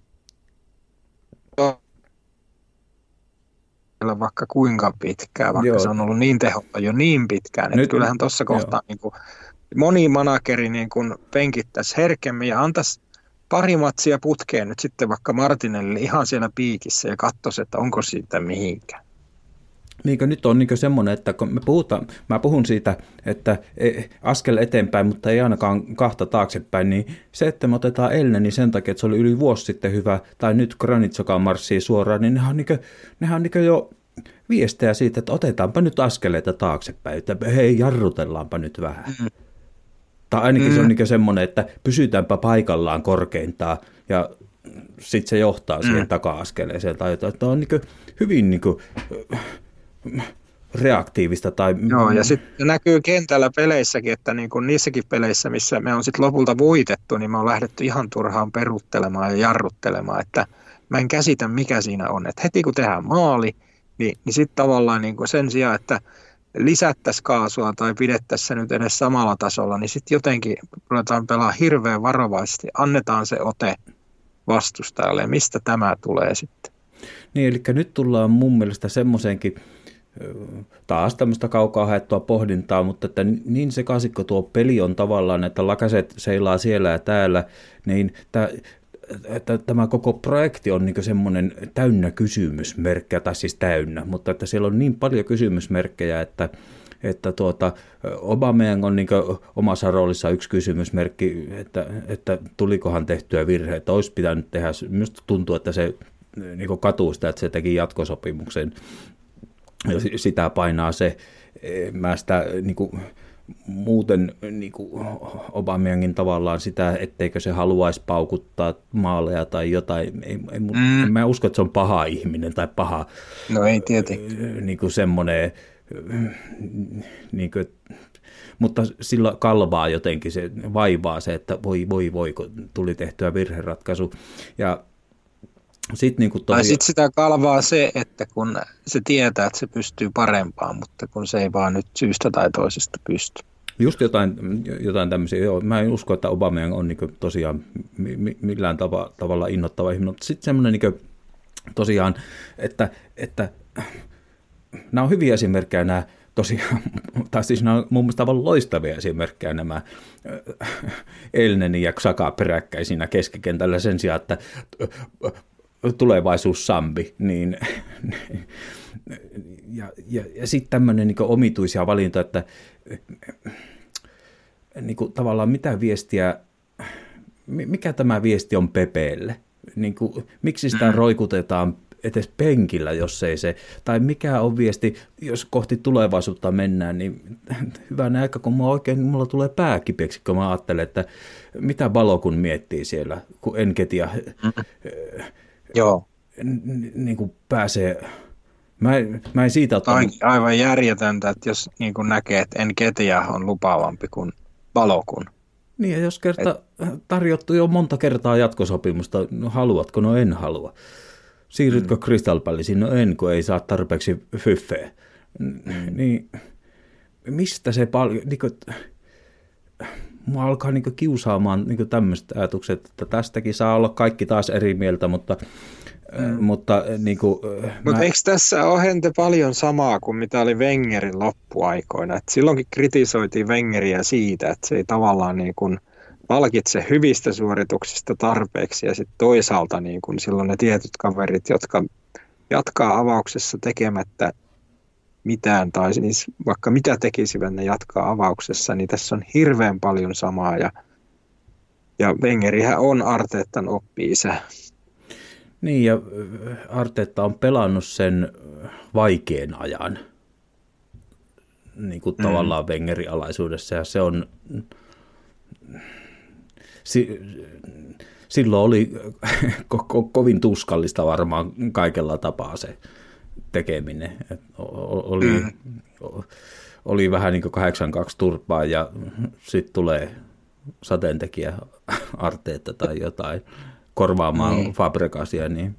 vaikka kuinka pitkään, vaikka joo. se on ollut niin tehokka jo niin pitkään, että nyt, kyllähän tuossa kohtaa niin kuin, moni manageri niin kuin penkittäisi herkemmin ja antaisi pari matsia putkeen nyt sitten vaikka Martinelli ihan siellä piikissä ja katsoisi, että onko siitä mihinkään. Niinkö nyt on niinkö semmoinen, että kun me puhutaan, mä puhun siitä, että askel eteenpäin, mutta ei ainakaan kahta taaksepäin, niin se, että me otetaan Elneny sen takia, että se oli yli vuosi sitten hyvä, tai nyt Granit Xhaka marssii suoraan, niin nehän on, niinkö, nehän on niinkö jo viestejä siitä, että otetaanpa nyt askeleita taaksepäin, että hei, jarrutellaanpa nyt vähän. Mm. Tai ainakin mm. se on niinkö semmoinen, että pysytäänpä paikallaan korkeintaan, ja sitten se johtaa siihen mm. taka-askeleeseen, tai jotain, että on niinkö hyvin niinkö reaktiivista. Tai... Joo, ja sitten näkyy kentällä peleissäkin, että niin kuin niissäkin peleissä, missä me on sitten lopulta voitettu, niin me on lähdetty ihan turhaan peruttelemaan ja jarruttelemaan, että mä en käsitä, mikä siinä on. Että heti kun tehdään maali, niin, niin sitten tavallaan niin kuin sen sijaan, että lisättäisiin kaasua tai pidettäisiin se nyt edes samalla tasolla, niin sitten jotenkin ruvetaan pelaa hirveän varovaisesti, annetaan se ote vastustajalle, ja mistä tämä tulee sitten. Niin, eli nyt tullaan mun mielestä semmoisenkin taas tämmöistä kaukaa haettua pohdintaa, mutta että niin se kasikko tuo peli on tavallaan, että Lacazette seilaa siellä ja täällä, niin tämä, että tämä koko projekti on niin semmoinen täynnä kysymysmerkkejä, tai siis täynnä, mutta että siellä on niin paljon kysymysmerkkejä, että että tuota, Aubameyang on niin omassa roolissa yksi kysymysmerkki, että, että tulikohan tehtyä virheitä, olisi pitänyt tehdä, minusta tuntuu, että se niin katuu sitä, että se teki jatkosopimuksen ja sitä painaa se, mä sitä niin kuin, muuten niin kuin Aubameyangin tavallaan sitä, etteikö se haluaisi paukuttaa maaleja tai jotain. Ei, ei, mm. Mä en usko, että se on paha ihminen tai paha. No ei tietenkin. Niin kuin semmoinen, niin kuin, mutta sillä kalvaa jotenkin, se vaivaa se, että voi voi voi, kun tuli tehtyä virheratkaisu. Ja sitten niin tosiaan... sit sitä kalvaa se, että kun se tietää, että se pystyy parempaan, mutta kun se ei vaan nyt syystä tai toisesta pysty. Just jotain, jotain tämmöisiä, joo. Mä en usko, että Aubameyang on niin tosiaan millään tava, tavalla innoittava ihminen, mutta sitten semmoinen niin tosiaan, että, että nämä on hyviä esimerkkejä nämä tosiaan, tai siis nämä on mun mielestä aivan loistavia esimerkkejä nämä Elneni ja Xhaka peräkkäisinä keskikentällä sen sijaan, että tulevaisuus Sambi, niin ja, ja, ja sitten tämmöinen niin omituisia valintoja, että niin kuin, tavallaan mitä viestiä, mikä tämä viesti on Pepeelle, niin kuin, miksi sitä roikutetaan edes penkillä, jos ei se, tai mikä on viesti, jos kohti tulevaisuutta mennään, niin hyvänä aika, kun mulla oikein, mulla tulee pää kipeäksi, kun mä ajattelen, että mitä Balokun miettii siellä, kun Enketia mm. Joo. niin kuin pääsee, mä, mä en siitä ottanut... Aivan järjetöntä, että jos niin kuin näkee, että Enketia on lupaavampi kuin Balokun. Niin, ja jos kerta Et... tarjottu jo monta kertaa jatkosopimusta, no haluatko, no en halua. Siirrytkö mm. Crystal Palaceen? No en, kun ei saa tarpeeksi fyffeä. Mm. Niin, mistä se paljon... Niin kuin, mua alkaa niin kuin kiusaamaan niin tämmöiset ajatukset, että tästäkin saa olla kaikki taas eri mieltä, mutta... Mm. Mutta niin kuin, Mut mä... eikö tässä ole hente paljon samaa kuin mitä oli Wengerin loppuaikoina? Et silloinkin kritisoitiin Wengeriä siitä, että se ei tavallaan niin kuin palkitse hyvistä suorituksista tarpeeksi ja sitten toisaalta niin kuin silloin ne tietyt kaverit, jotka jatkaa avauksessa tekemättä mitään tai siis vaikka mitä tekisivät ne jatkaa avauksessa, niin tässä on hirveän paljon samaa ja, ja Wengerihän on Arteetan oppi-isä. Niin, ja Arteetta on pelannut sen vaikean ajan niin kuin mm. tavallaan Wengerin alaisuudessa, ja se on, si, silloin oli ko, ko, kovin tuskallista varmaan kaikella tapaa se tekeminen. Et oli, mm. oli vähän niin kuin kahdeksan kaksi turpaa, ja sitten tulee sateentekijä Arteetta tai jotain korvaamaan niin. Fabregasia. Niin.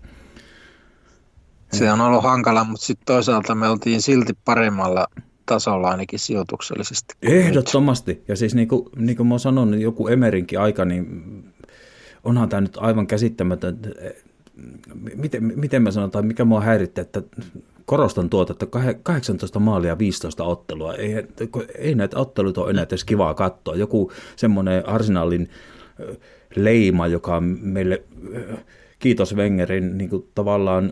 Se on ollut hankala, mutta sitten toisaalta me oltiin silti paremmalla tasolla ainakin sijoituksellisesti. Ehdottomasti. Nyt. Ja siis niin kuin, niin kuin mä oon sanonut, niin joku Emerinkin aika, niin onhan tämä nyt aivan käsittämätön. Miten, miten mä sanon, tai mikä mua häiritti, että korostan tuota, että kahdeksantoista maalia viisitoista ottelua. Ei, ei näitä otteluita ole enää edes kivaa katsoa. Joku semmoinen Arsenalin leima, joka on meille, kiitos Wengerin, niin kuin tavallaan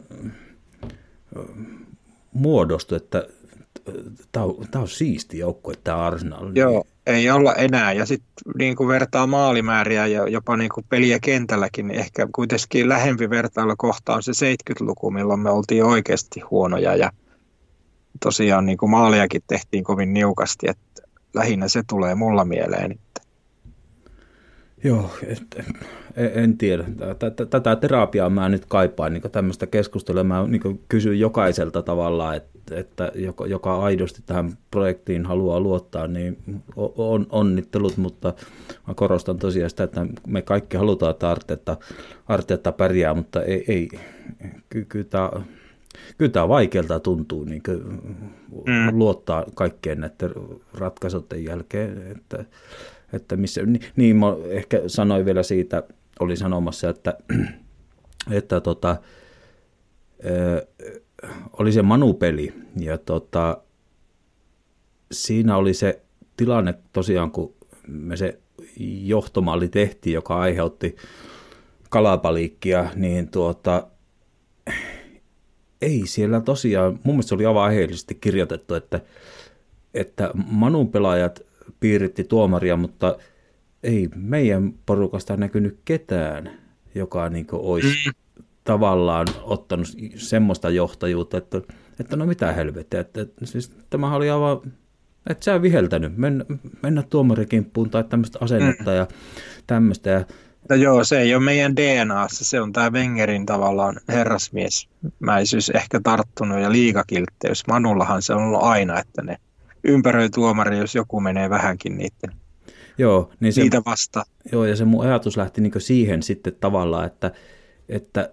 muodostu, että tämä on, tämä on siisti joukkue, tämä Arsenal. Joo, ei olla enää. Ja sitten niin kuin vertaa maalimääriä ja jopa niin kuin peliä kentälläkin, niin ehkä kuitenkin lähempi vertailukohta on se seitsemänkymmentäluku, milloin me oltiin oikeasti huonoja. Ja tosiaan niin kuin maaliakin tehtiin kovin niukasti, että lähinnä se tulee mulla mieleen. Joo, et, en tiedä. Tätä terapiaa mä nyt kaipaan, niin tämmöistä keskustelua. Mä niin kysyn jokaiselta tavallaan, että, että joka, joka aidosti tähän projektiin haluaa luottaa, niin on onnittelut, mutta mä korostan tosiaan sitä, että me kaikki halutaan, että Arteetta, Arteetta pärjää, mutta ei, ei ky, kyllä tämä... Kyllä tämä vaikealta tuntuu niin mm. luottaa kaikkeen näiden ratkaisujen jälkeen, että, että missä, niin mä ehkä sanoin vielä siitä, oli sanomassa, että, että tota, oli se Manu-peli ja tota, siinä oli se tilanne tosiaan, kun me se johtomalli tehtiin, joka aiheutti kalabaliikkia, niin tuota, ei siellä tosiaan, mun mielestä se oli aivan aiheellisesti kirjoitettu, että, että Manun pelaajat piiritti tuomaria, mutta ei meidän porukasta näkynyt ketään, joka niin kuin olisi mm. tavallaan ottanut semmoista johtajuutta, että että no mitä helvettiä, että, että siis tämähän oli aivan, että sä viheltänyt, mennä, mennä tuomarikimppuun tai tämmöistä asennetta mm. ja tämmöistä. Ja... No joo, se ei ole meidän D N A:ssa, se on tämä Wengerin tavallaan herrasmiesmäisyys ehkä tarttunut ja liigakiltteys. Manullahan se on ollut aina, että ne ympäröi tuomari, jos joku menee vähänkin niiden, joo, niin se, niitä vastaan. Joo, ja se mun ajatus lähti niin siihen sitten tavallaan, että, että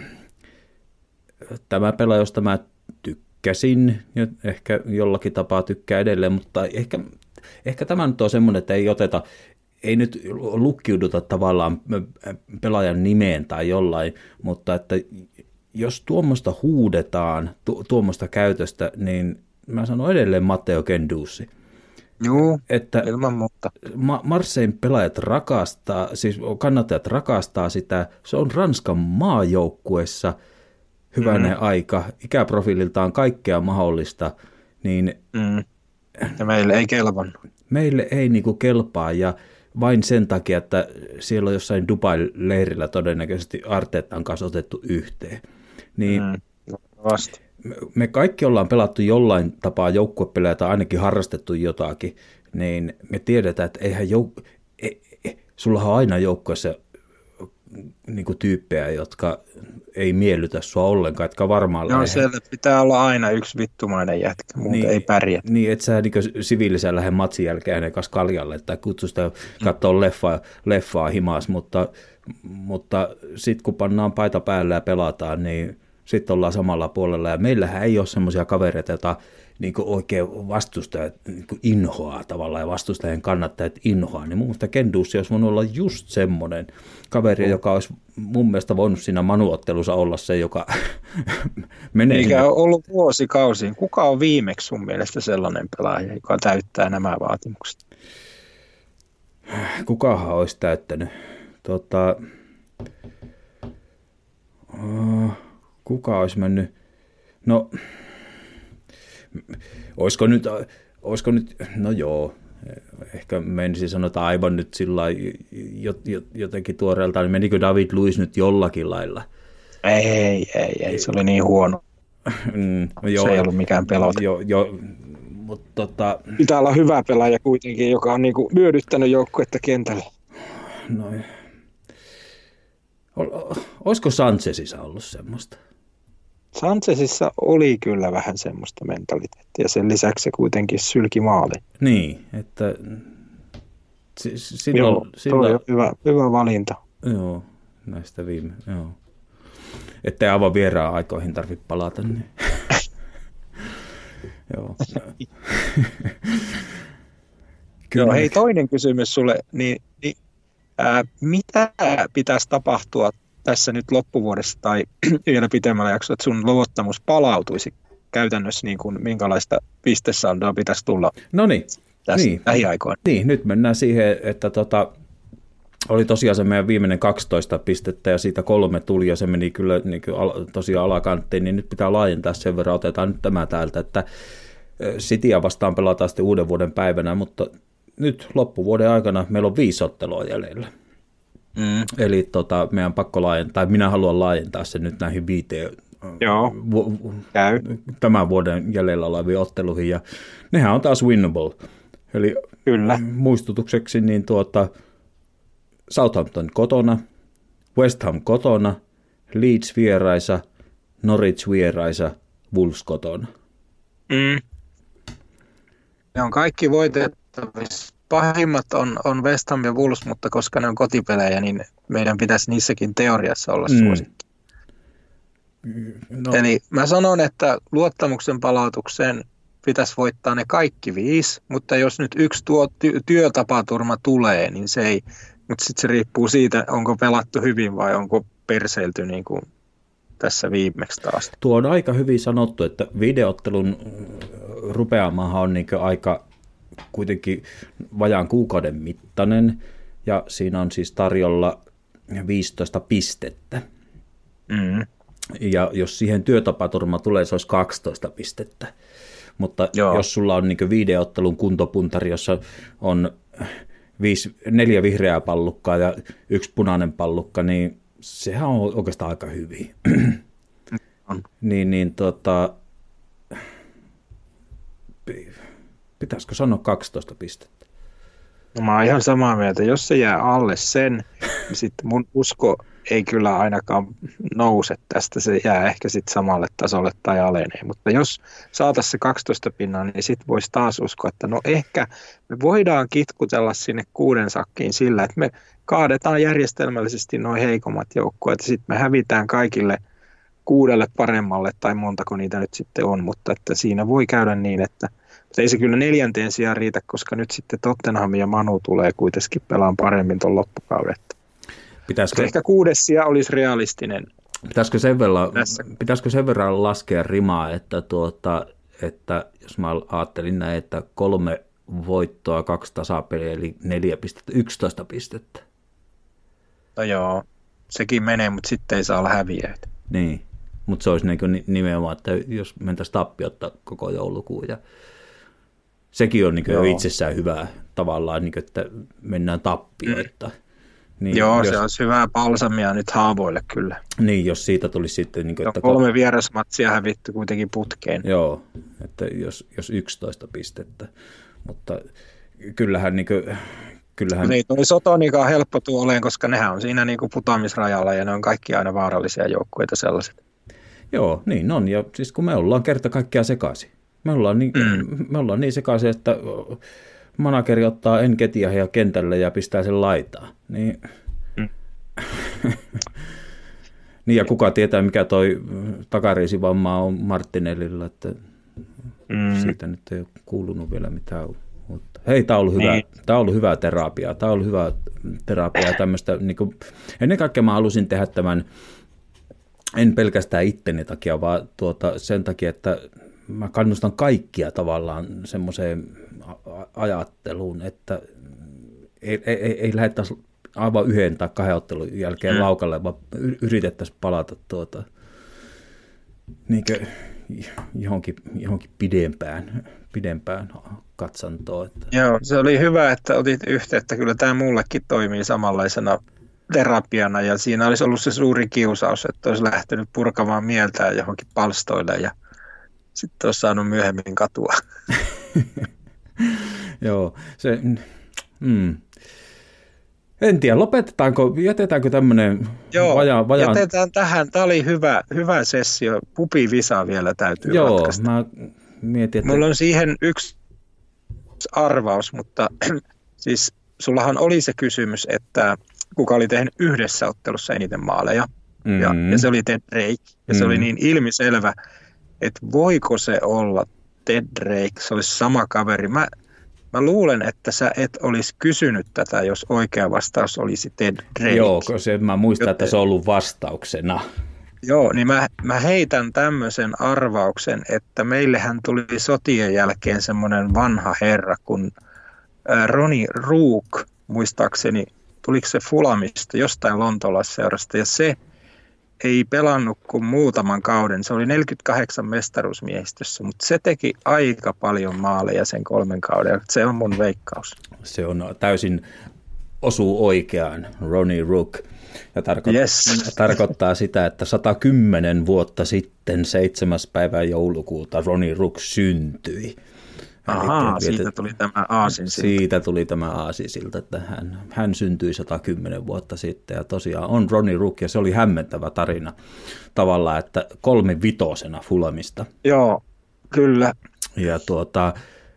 tämä pelaaja, josta mä tykkäsin, ja ehkä jollakin tapaa tykkää edelleen, mutta ehkä, ehkä tämä nyt on semmoinen, että ei oteta, ei nyt lukkiuduta tavallaan pelaajan nimeen tai jollain, mutta että jos tuommoista huudetaan, tu, tuommoista käytöstä, niin mä sanon edelleen Matteo Guendouzi. Joo, että ilman muuta. Ma- Marseille pelaajat rakastaa, siis kannattajat rakastaa sitä, se on Ranskan maajoukkuessa hyvänen mm. aika, ikäprofiililtaan kaikkea mahdollista, niin mm. ja meille ei kelvannut. Meille ei niinku kelpaa ja vain sen takia, että siellä on jossain Dubai-leirillä todennäköisesti Arteetan kanssa otettu yhteen. Niin mm. Vasti. Me kaikki ollaan pelattu jollain tapaa joukkuepelejä tai ainakin harrastettu jotakin, niin me tiedetään, että eihän jouk- e- e- sullahan on aina joukkueessa niin kuin tyyppejä, jotka ei miellytä sua ollenkaan, etkä varmaan lähde. No siellä pitää olla aina yksi vittumainen jätkä, muuten niin, ei pärjää. Niin, et sä niin siviilisellä lähde matsin jälkeen hänen kanssa kaljalle, tai kutsu sitä katsoa leffaa, leffaa himas, mutta, mutta sitten kun pannaan paita päälle ja pelataan, niin sitten ollaan samalla puolella, ja meillähän ei ole semmoisia kavereita, joita niin oikein vastustajat niin inhoaa tavallaan, ja vastustajien kannattajat inhoaa, niin mun mielestä Guendouzi olisi voinut olla just semmoinen kaveri, oh. joka olisi mun mielestä voinut siinä manuottelussa olla se, joka menee. Eikä ole ollut vuosikausiin. Kuka on viimeksi sun mielestä sellainen pelaaja, joka täyttää nämä vaatimukset? Kukahan olisi täyttänyt? Tota... Uh... Kuka olisi mennyt? No, olisiko nyt, olisiko nyt, no joo, ehkä menisin sanota aivan nyt sillä jotenkin tuoreelta, niin menikö David Luiz nyt jollakin lailla? Ei, ei, ei, se oli niin huono. Mm, se joo, ei ollut mikään pelote. Jo, jo, mutta tota... Pitää olla hyvä pelaaja kuitenkin, joka on niinku lyödyttänyt joukkuetta kentällä. No, olisiko Sanchezissa ollut semmoista? Sanchezissa oli kyllä vähän semmoista mentaliteettia, sen lisäksi se kuitenkin sylki maali. Niin, että s- silloin... Joo, silloin... on hyvä, hyvä valinta. Joo, näistä viime, joo. Että ei aivan vieraan aikoihin tarvitse palata, niin... joo. Joo, hei, toinen kysymys sulle, niin, niin ää, mitä pitäisi tapahtua tässä nyt loppuvuodessa tai vielä pitemmällä jaksolla, että sun luottamus palautuisi käytännössä, niin kuin minkälaista pistesaldoa pitäisi tulla Noniin, tässä niin, lähiaikoina? Niin, nyt mennään siihen, että tota, oli tosiaan se meidän viimeinen kaksitoista pistettä ja siitä kolme tuli ja se meni kyllä niin kuin al, tosiaan alakanttiin, niin nyt pitää laajentaa sen verran, otetaan nyt tämä täältä, että Cityä vastaan pelataan sitten uuden vuoden päivänä, mutta nyt loppuvuoden aikana meillä on viisi ottelua jäljellä. Mm. Eli tota, meidän pakko laajentaa, tai minä haluan laajentaa sen nyt näihin viiteen Joo, vu- käy. tämän vuoden jäljellä oleviin otteluihin, ja nehän on taas winnable. Eli Kyllä. Muistutukseksi, niin tuota, Southampton kotona, West Ham kotona, Leeds vieraisa, Norwich vieraisa, Wolves kotona. Mm. Ne on kaikki voitettavissa. Pahimmat on, on West Ham ja Wolves, mutta koska ne on kotipelejä, niin meidän pitäisi niissäkin teoriassa olla mm. suosikki. No. Eli mä sanon, että luottamuksen palautukseen pitäisi voittaa ne kaikki viisi, mutta jos nyt yksi tuo ty- työtapaturma tulee, niin se ei, mutta sitten se riippuu siitä, onko pelattu hyvin vai onko perseilty niin kuin tässä viimeksi taas. Tuo on aika hyvin sanottu, että videoottelun rupeamahan on niin aika kuitenkin vajaan kuukauden mittainen, ja siinä on siis tarjolla viisitoista pistettä. Mm. Ja jos siihen työtapaturma tulee, se olisi kaksitoista pistettä. Mutta Joo. jos sulla on niin videoottelun kuntopuntari, jossa on viisi, neljä vihreää pallukkaa ja yksi punainen pallukka, niin sehän on oikeastaan aika hyvin. Mm. niin, niin tota, pitäisikö sanoa kaksitoista pistettä? No mä oon ihan samaa mieltä. Jos se jää alle sen, niin sitten mun usko ei kyllä ainakaan nouse tästä. Se jää ehkä sitten samalle tasolle tai alenee. Mutta jos saataisiin se kaksitoista pinnaa, niin sitten voisi taas uskoa, että no ehkä me voidaan kitkutella sinne kuuden sakkiin sillä, että me kaadetaan järjestelmällisesti nuo heikommat joukkueet ja sitten me hävitään kaikille kuudelle paremmalle tai montako niitä nyt sitten on. Mutta että siinä voi käydä niin, että mutta ei se kyllä neljänteen sijaan riitä, koska nyt sitten Tottenham ja Manu tulee kuitenkin pelaan paremmin tuon loppukauden. Pitäisikö, ehkä kuudes sija olisi realistinen. Pitäisikö sen, verran, pitäisikö sen verran laskea rimaa, että, tuota, että jos mä ajattelin näin, että kolme voittoa, kaksi tasapeliä, eli neljä pistettä, yksitoista pistettä. No joo, sekin menee, mutta sitten ei saa olla häviöitä. Niin, mutta se olisi niin nimenomaan, että jos mentäisiin tappiotta koko joulukuun ja sekin on niin jo itsessään hyvää tavallaan, niin kuin, että mennään tappioita. Mm. Niin, joo, jos, se olisi hyvää palsamia nyt haavoille kyllä. Niin, jos siitä tulisi sitten... Niin kuin, että kolme vierasmatsia hävitty kuitenkin putkeen. Joo, että jos, jos yksitoista pistettä, mutta kyllähän... Niin kuin, kyllähän... Ei toi Sotonikaan helppo tuoleen, koska nehän on siinä niin kuin putoamisrajalla ja ne on kaikki aina vaarallisia joukkueita sellaiset. Joo, niin on. Ja siis kun me ollaan kerta kaikkiaan sekaisin. Me ollaan niin, mm. me ollaan niin sekaisin, että manageri ottaa Enketiahia kentälle ja pistää sen laitaan. Niin, mm. niin ja kuka tietää, mikä toi takariisivamma on Martinellilla, että mm. siitä nyt ei ole kuulunut vielä mitään. Mutta hei, tämä on ollut hyvä, niin. Tämä on ollut hyvää terapiaa. Tämä on ollut hyvää terapiaa tämmöistä. Niin kuin, ennen kaikkea mä halusin tehdä tämän, en pelkästään itteni takia, vaan tuota, sen takia, että mä kannustan kaikkia tavallaan semmoiseen ajatteluun, että ei, ei, ei lähdettäisi aivan yhden tai kahden ottelun jälkeen mm. laukalle, vaan yritettäisiin palata tuota, niin johonkin, johonkin pidempään, pidempään katsantoon. Että. Joo, se oli hyvä, että otit yhteyttä. Kyllä tämä mullekin toimii samanlaisena terapiana ja siinä olisi ollut se suuri kiusaus, että olisi lähtenyt purkamaan mieltään johonkin palstoille ja sitten olisi saanut myöhemmin katua. Joo, se, mm. en tiedä, lopetetaanko, jätetäänkö tämmöinen vajaan? Joo, jätetään tähän. Tämä oli hyvä, hyvä sessio. Pupivisa vielä täytyy Joo, ratkaista. Mä mietin, että... Mulla on siihen yksi arvaus, mutta siis sullahan oli se kysymys, että kuka oli tehnyt yhdessä ottelussa eniten maaleja, mm-hmm. ja, ja se oli Ted Drake, ja mm-hmm. se oli niin ilmiselvä, että voiko se olla Ted Drake, se olisi sama kaveri. Mä, mä luulen, että sä et olisi kysynyt tätä, jos oikea vastaus olisi Ted Drake. Joo, koska mä muistan, Joten, että se on ollut vastauksena. Joo, niin mä, mä heitän tämmöisen arvauksen, että meillähän tuli sotien jälkeen semmoinen vanha herra kuin Ronnie Rook, muistaakseni, tuliko se Fulhamista, jostain lontolaisseurasta, ja se ei pelannut kuin muutaman kauden. Se oli neljäkymmentäkahdeksan mestaruusmiehistössä, mutta se teki aika paljon maaleja sen kolmen kauden. Se on mun veikkaus. Se on täysin osuu oikeaan, Ronnie Rook. Ja tarkoittaa, yes. tarkoittaa sitä, että sata kymmenen vuotta sitten seitsemäs päivä joulukuuta Ronnie Rook syntyi. Ahaa, siitä että, tuli tämä aasinsilta. Siitä tuli tämä aasinsilta, että hän, hän syntyi sata kymmenen vuotta sitten ja tosiaan on Ronnie Rook ja se oli hämmentävä tarina tavallaan, että kolme vitosena Fulhamista. Joo, kyllä. Ja tuota,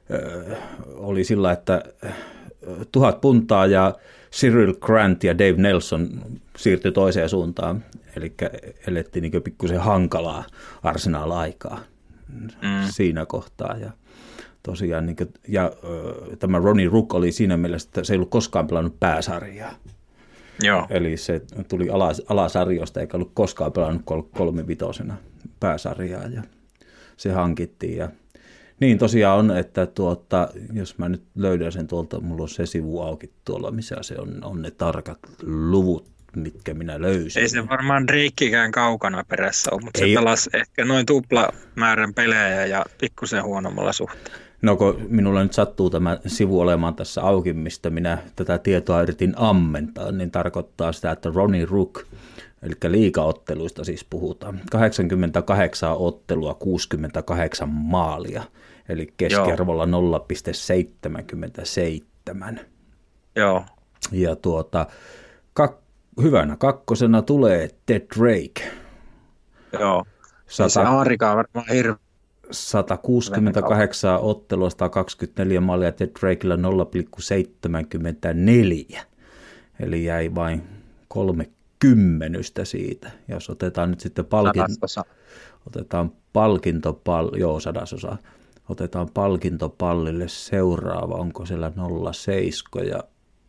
oli sillä, että tuhat puntaa ja Cyril Grant ja Dave Nelson siirtyi toiseen suuntaan, eli elettiin niin pikkusen hankalaa Arsenal-aikaa mm. siinä kohtaa ja tosiaan, niin kuin, ja ö, tämä Ronnie Rook oli siinä mielessä, että se ei ollut koskaan pelannut pääsarjaa. Joo. Eli se tuli alas, alasarjoista eikä ollut koskaan pelannut kol, kolmivitosena pääsarjaa ja se hankittiin. Ja niin tosiaan on, että tuota, jos mä nyt löydän sen tuolta, mulla on se sivu auki tuolla, missä se on, on ne tarkat luvut, mitkä minä löysin. Ei se varmaan Drakeikään kaukana perässä ole, mutta ei. Se pelasi ehkä noin tupla määrän pelejä ja pikkusen huonommalla suhteella. No kun minulla nyt sattuu tämä sivu olemaan tässä auki, mistä minä tätä tietoa yritin ammentaa, niin tarkoittaa sitä, että Ronnie Rook Eli liigaotteluista siis puhutaan. kahdeksankymmentäkahdeksan ottelua, kuusikymmentäkahdeksan maalia, eli keskiarvolla nolla pilkku seitsemänkymmentäseitsemän. Joo. Ja tuota, kak, hyvänä kakkosena tulee Ted Drake. Joo. Sata, se Amerikka on varmaan hirveä. sata kuusikymmentäkahdeksan ottelua, sata kaksikymmentäneljä maalia, Ted Drakella nolla pilkku seitsemänkymmentäneljä. Eli jäi vain kolme kymmenystä siitä. Jos otetaan nyt sitten palkin, otetaan palkintopall, joo sadasosa, otetaan palkintopallille seuraava, onko siellä nolla seitsemän ja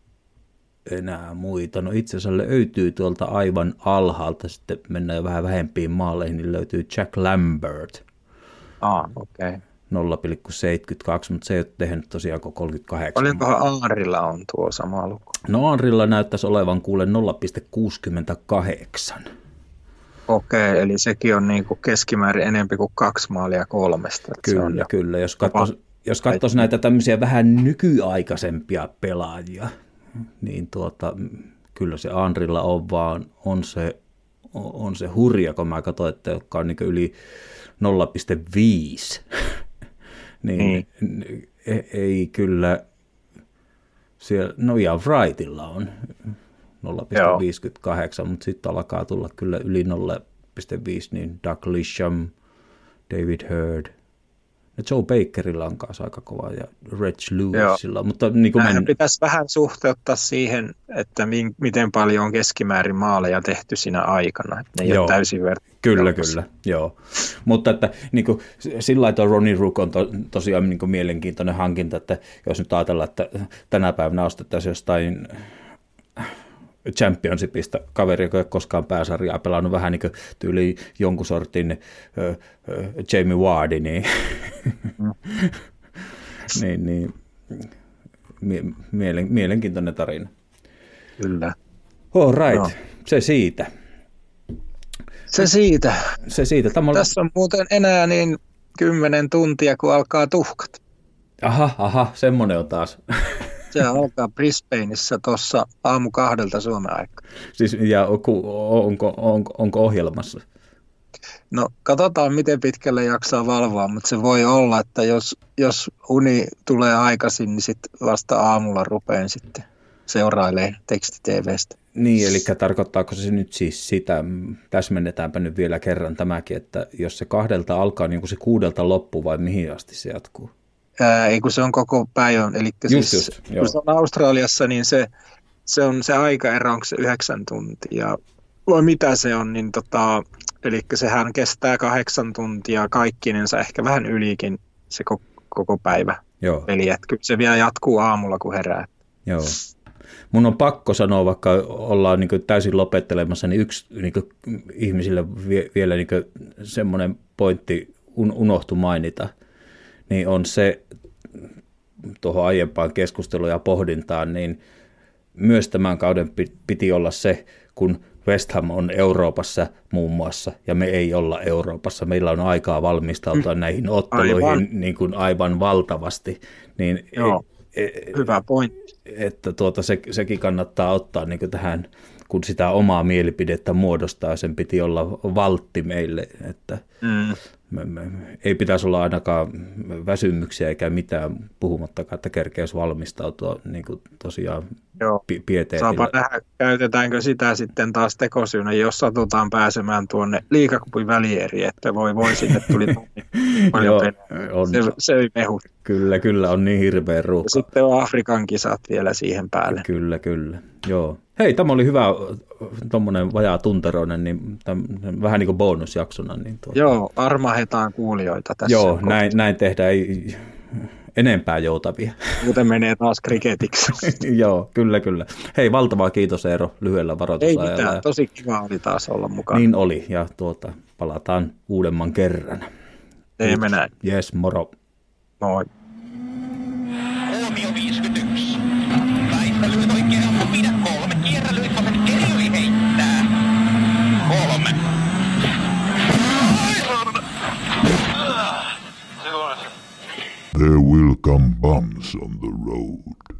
enää muita. No itse asiassa löytyy tuolta aivan alhaalta, sitten mennään jo vähän vähempiin maaleihin, niin löytyy Jack Lambert. Ah, okei. Okay. nolla pilkku seitsemänkymmentäkaksi, mutta se ei ole tehnyt tosiaan kuin kolmekymmentäkahdeksan. Paljonkohan Aanrilla on tuo sama luku? No Aanrilla näyttäisi olevan kuule nolla pilkku kuusikymmentäkahdeksan. Okei, okay, eli sekin on niin kuin keskimäärin enemmän kuin kaksi maalia kolmesta. Kyllä, kyllä. Jos katsoisi, jos katsoisi näitä tämmöisiä vähän nykyaikaisempia pelaajia, niin tuota, kyllä se Aanrilla on vaan, on se, on se hurja, kun mä katsoin, että joka on niin yli nolla pilkku viisi, niin mm. ei, ei kyllä, siellä, no ja Wrightilla on nolla pilkku viisikymmentäkahdeksan, mutta sitten alkaa tulla kyllä yli nolla pilkku viisi, niin Doug Lisham, David Hurd, ja Joe Bakerilla on kanssa aika kova ja Reg Lewisilla. Mutta niin kuin men... pitäisi vähän suhteuttaa siihen, että mi- miten paljon on keskimäärin maaleja tehty siinä aikana. Ne ei joo. ole täysin verran. Kyllä, kyllä, joo. Mutta että niin kuin, sillä lailla Ronnie Rook on to, tosiaan niin kuin mielenkiintoinen hankinta, että jos nyt ajatellaan, että tänä päivänä ostettaisiin jostain Championshipista kaveri, joka ei ole koskaan pääsarjaa pelannut, vähän niin kuin tyyli jonkun sortin ö, ö, Jamie Wardi, niin, mm. niin, niin mielen, mielenkiintoinen tarina. Kyllä. All right, no. se siitä. Se siitä. Se siitä. Tämä Tässä on muuten enää niin kymmenen tuntia, kun alkaa tuhkat. Aha, aha, semmoinen on taas. Se alkaa Brisbaneissa tuossa aamu kahdelta Suomen aikaa. Siis, ja onko, onko, onko, onko ohjelmassa? No katsotaan, miten pitkälle jaksaa valvoa, mutta se voi olla, että jos, jos uni tulee aikaisin, niin sitten vasta aamulla rupean sitten seurailemaan teksti-tv:stä. Niin, eli tarkoittaako se nyt siis sitä, täsmennetäänpä nyt vielä kerran tämäkin, että jos se kahdelta alkaa, niin onko se kuudelta loppu vai mihin asti se jatkuu? Ää, ei kun se on koko päivän, eli just, siis, just, kun se on Australiassa, niin se, se on se aikaero, onko se yhdeksän tuntia, vai mitä se on, niin tota, eli sehän kestää kahdeksan tuntia kaikkinensa, ehkä vähän ylikin se koko, koko päivä. Joo. Eli että kyllä se vielä jatkuu aamulla, kun herää. Joo. Mun on pakko sanoa, vaikka ollaan niin kuin täysin lopettelemassa, niin yksi niin kuin ihmisille vielä niin kuin semmoinen pointti unohtui mainita, niin on se tuohon aiempaan keskusteluun ja pohdintaan, niin myös tämän kauden piti olla se, kun West Ham on Euroopassa muun muassa, ja me ei olla Euroopassa. Meillä on aikaa valmistautua mm. näihin otteluihin aivan. Niin kuin aivan valtavasti. Niin Joo, e, hyvä pointti. Että tuota, se, sekin kannattaa ottaa niin kuin tähän, kun sitä omaa mielipidettä muodostaa, sen piti olla valtti meille, että mm. me, me, ei pitäisi olla ainakaan väsymyksiä eikä mitään, puhumattakaan, että kerkeäisi valmistautua niin kuin tosiaan pi- pieteetillä. Saapa nähdä, käytetäänkö sitä sitten taas tekosyynä, jos satutaan pääsemään tuonne liigakupin välieriin, että voi voi sinne tuli paljon on, se, se ei mehu. Kyllä, kyllä, on niin hirveä ruuhka. Sitten on Afrikan kisat vielä siihen päälle. Kyllä, kyllä, joo. Hei, tämä oli hyvä, tuommoinen vajaa tunteroinen, niin tämän, vähän niin kuin bonusjaksona. Niin tuota. Joo, armahetaan kuulijoita tässä. Joo, näin, näin tehdään, ei enempää joutavia. Muuten menee taas kriketiksi. Joo, kyllä, kyllä. Hei, valtavaa kiitos Eero lyhyellä varoitusajalla. Ei mitään, tosi kiva oli taas olla mukana. Niin oli, ja tuota, palataan uudemman kerran. Teemme näin. Jes, moro. Moi. Huomio viisikymmentäyksi. Väissä lyö oikein pidä kolme. Kierrä lyö vasen. Keri heittää. Kolme. There will come bumps on the road.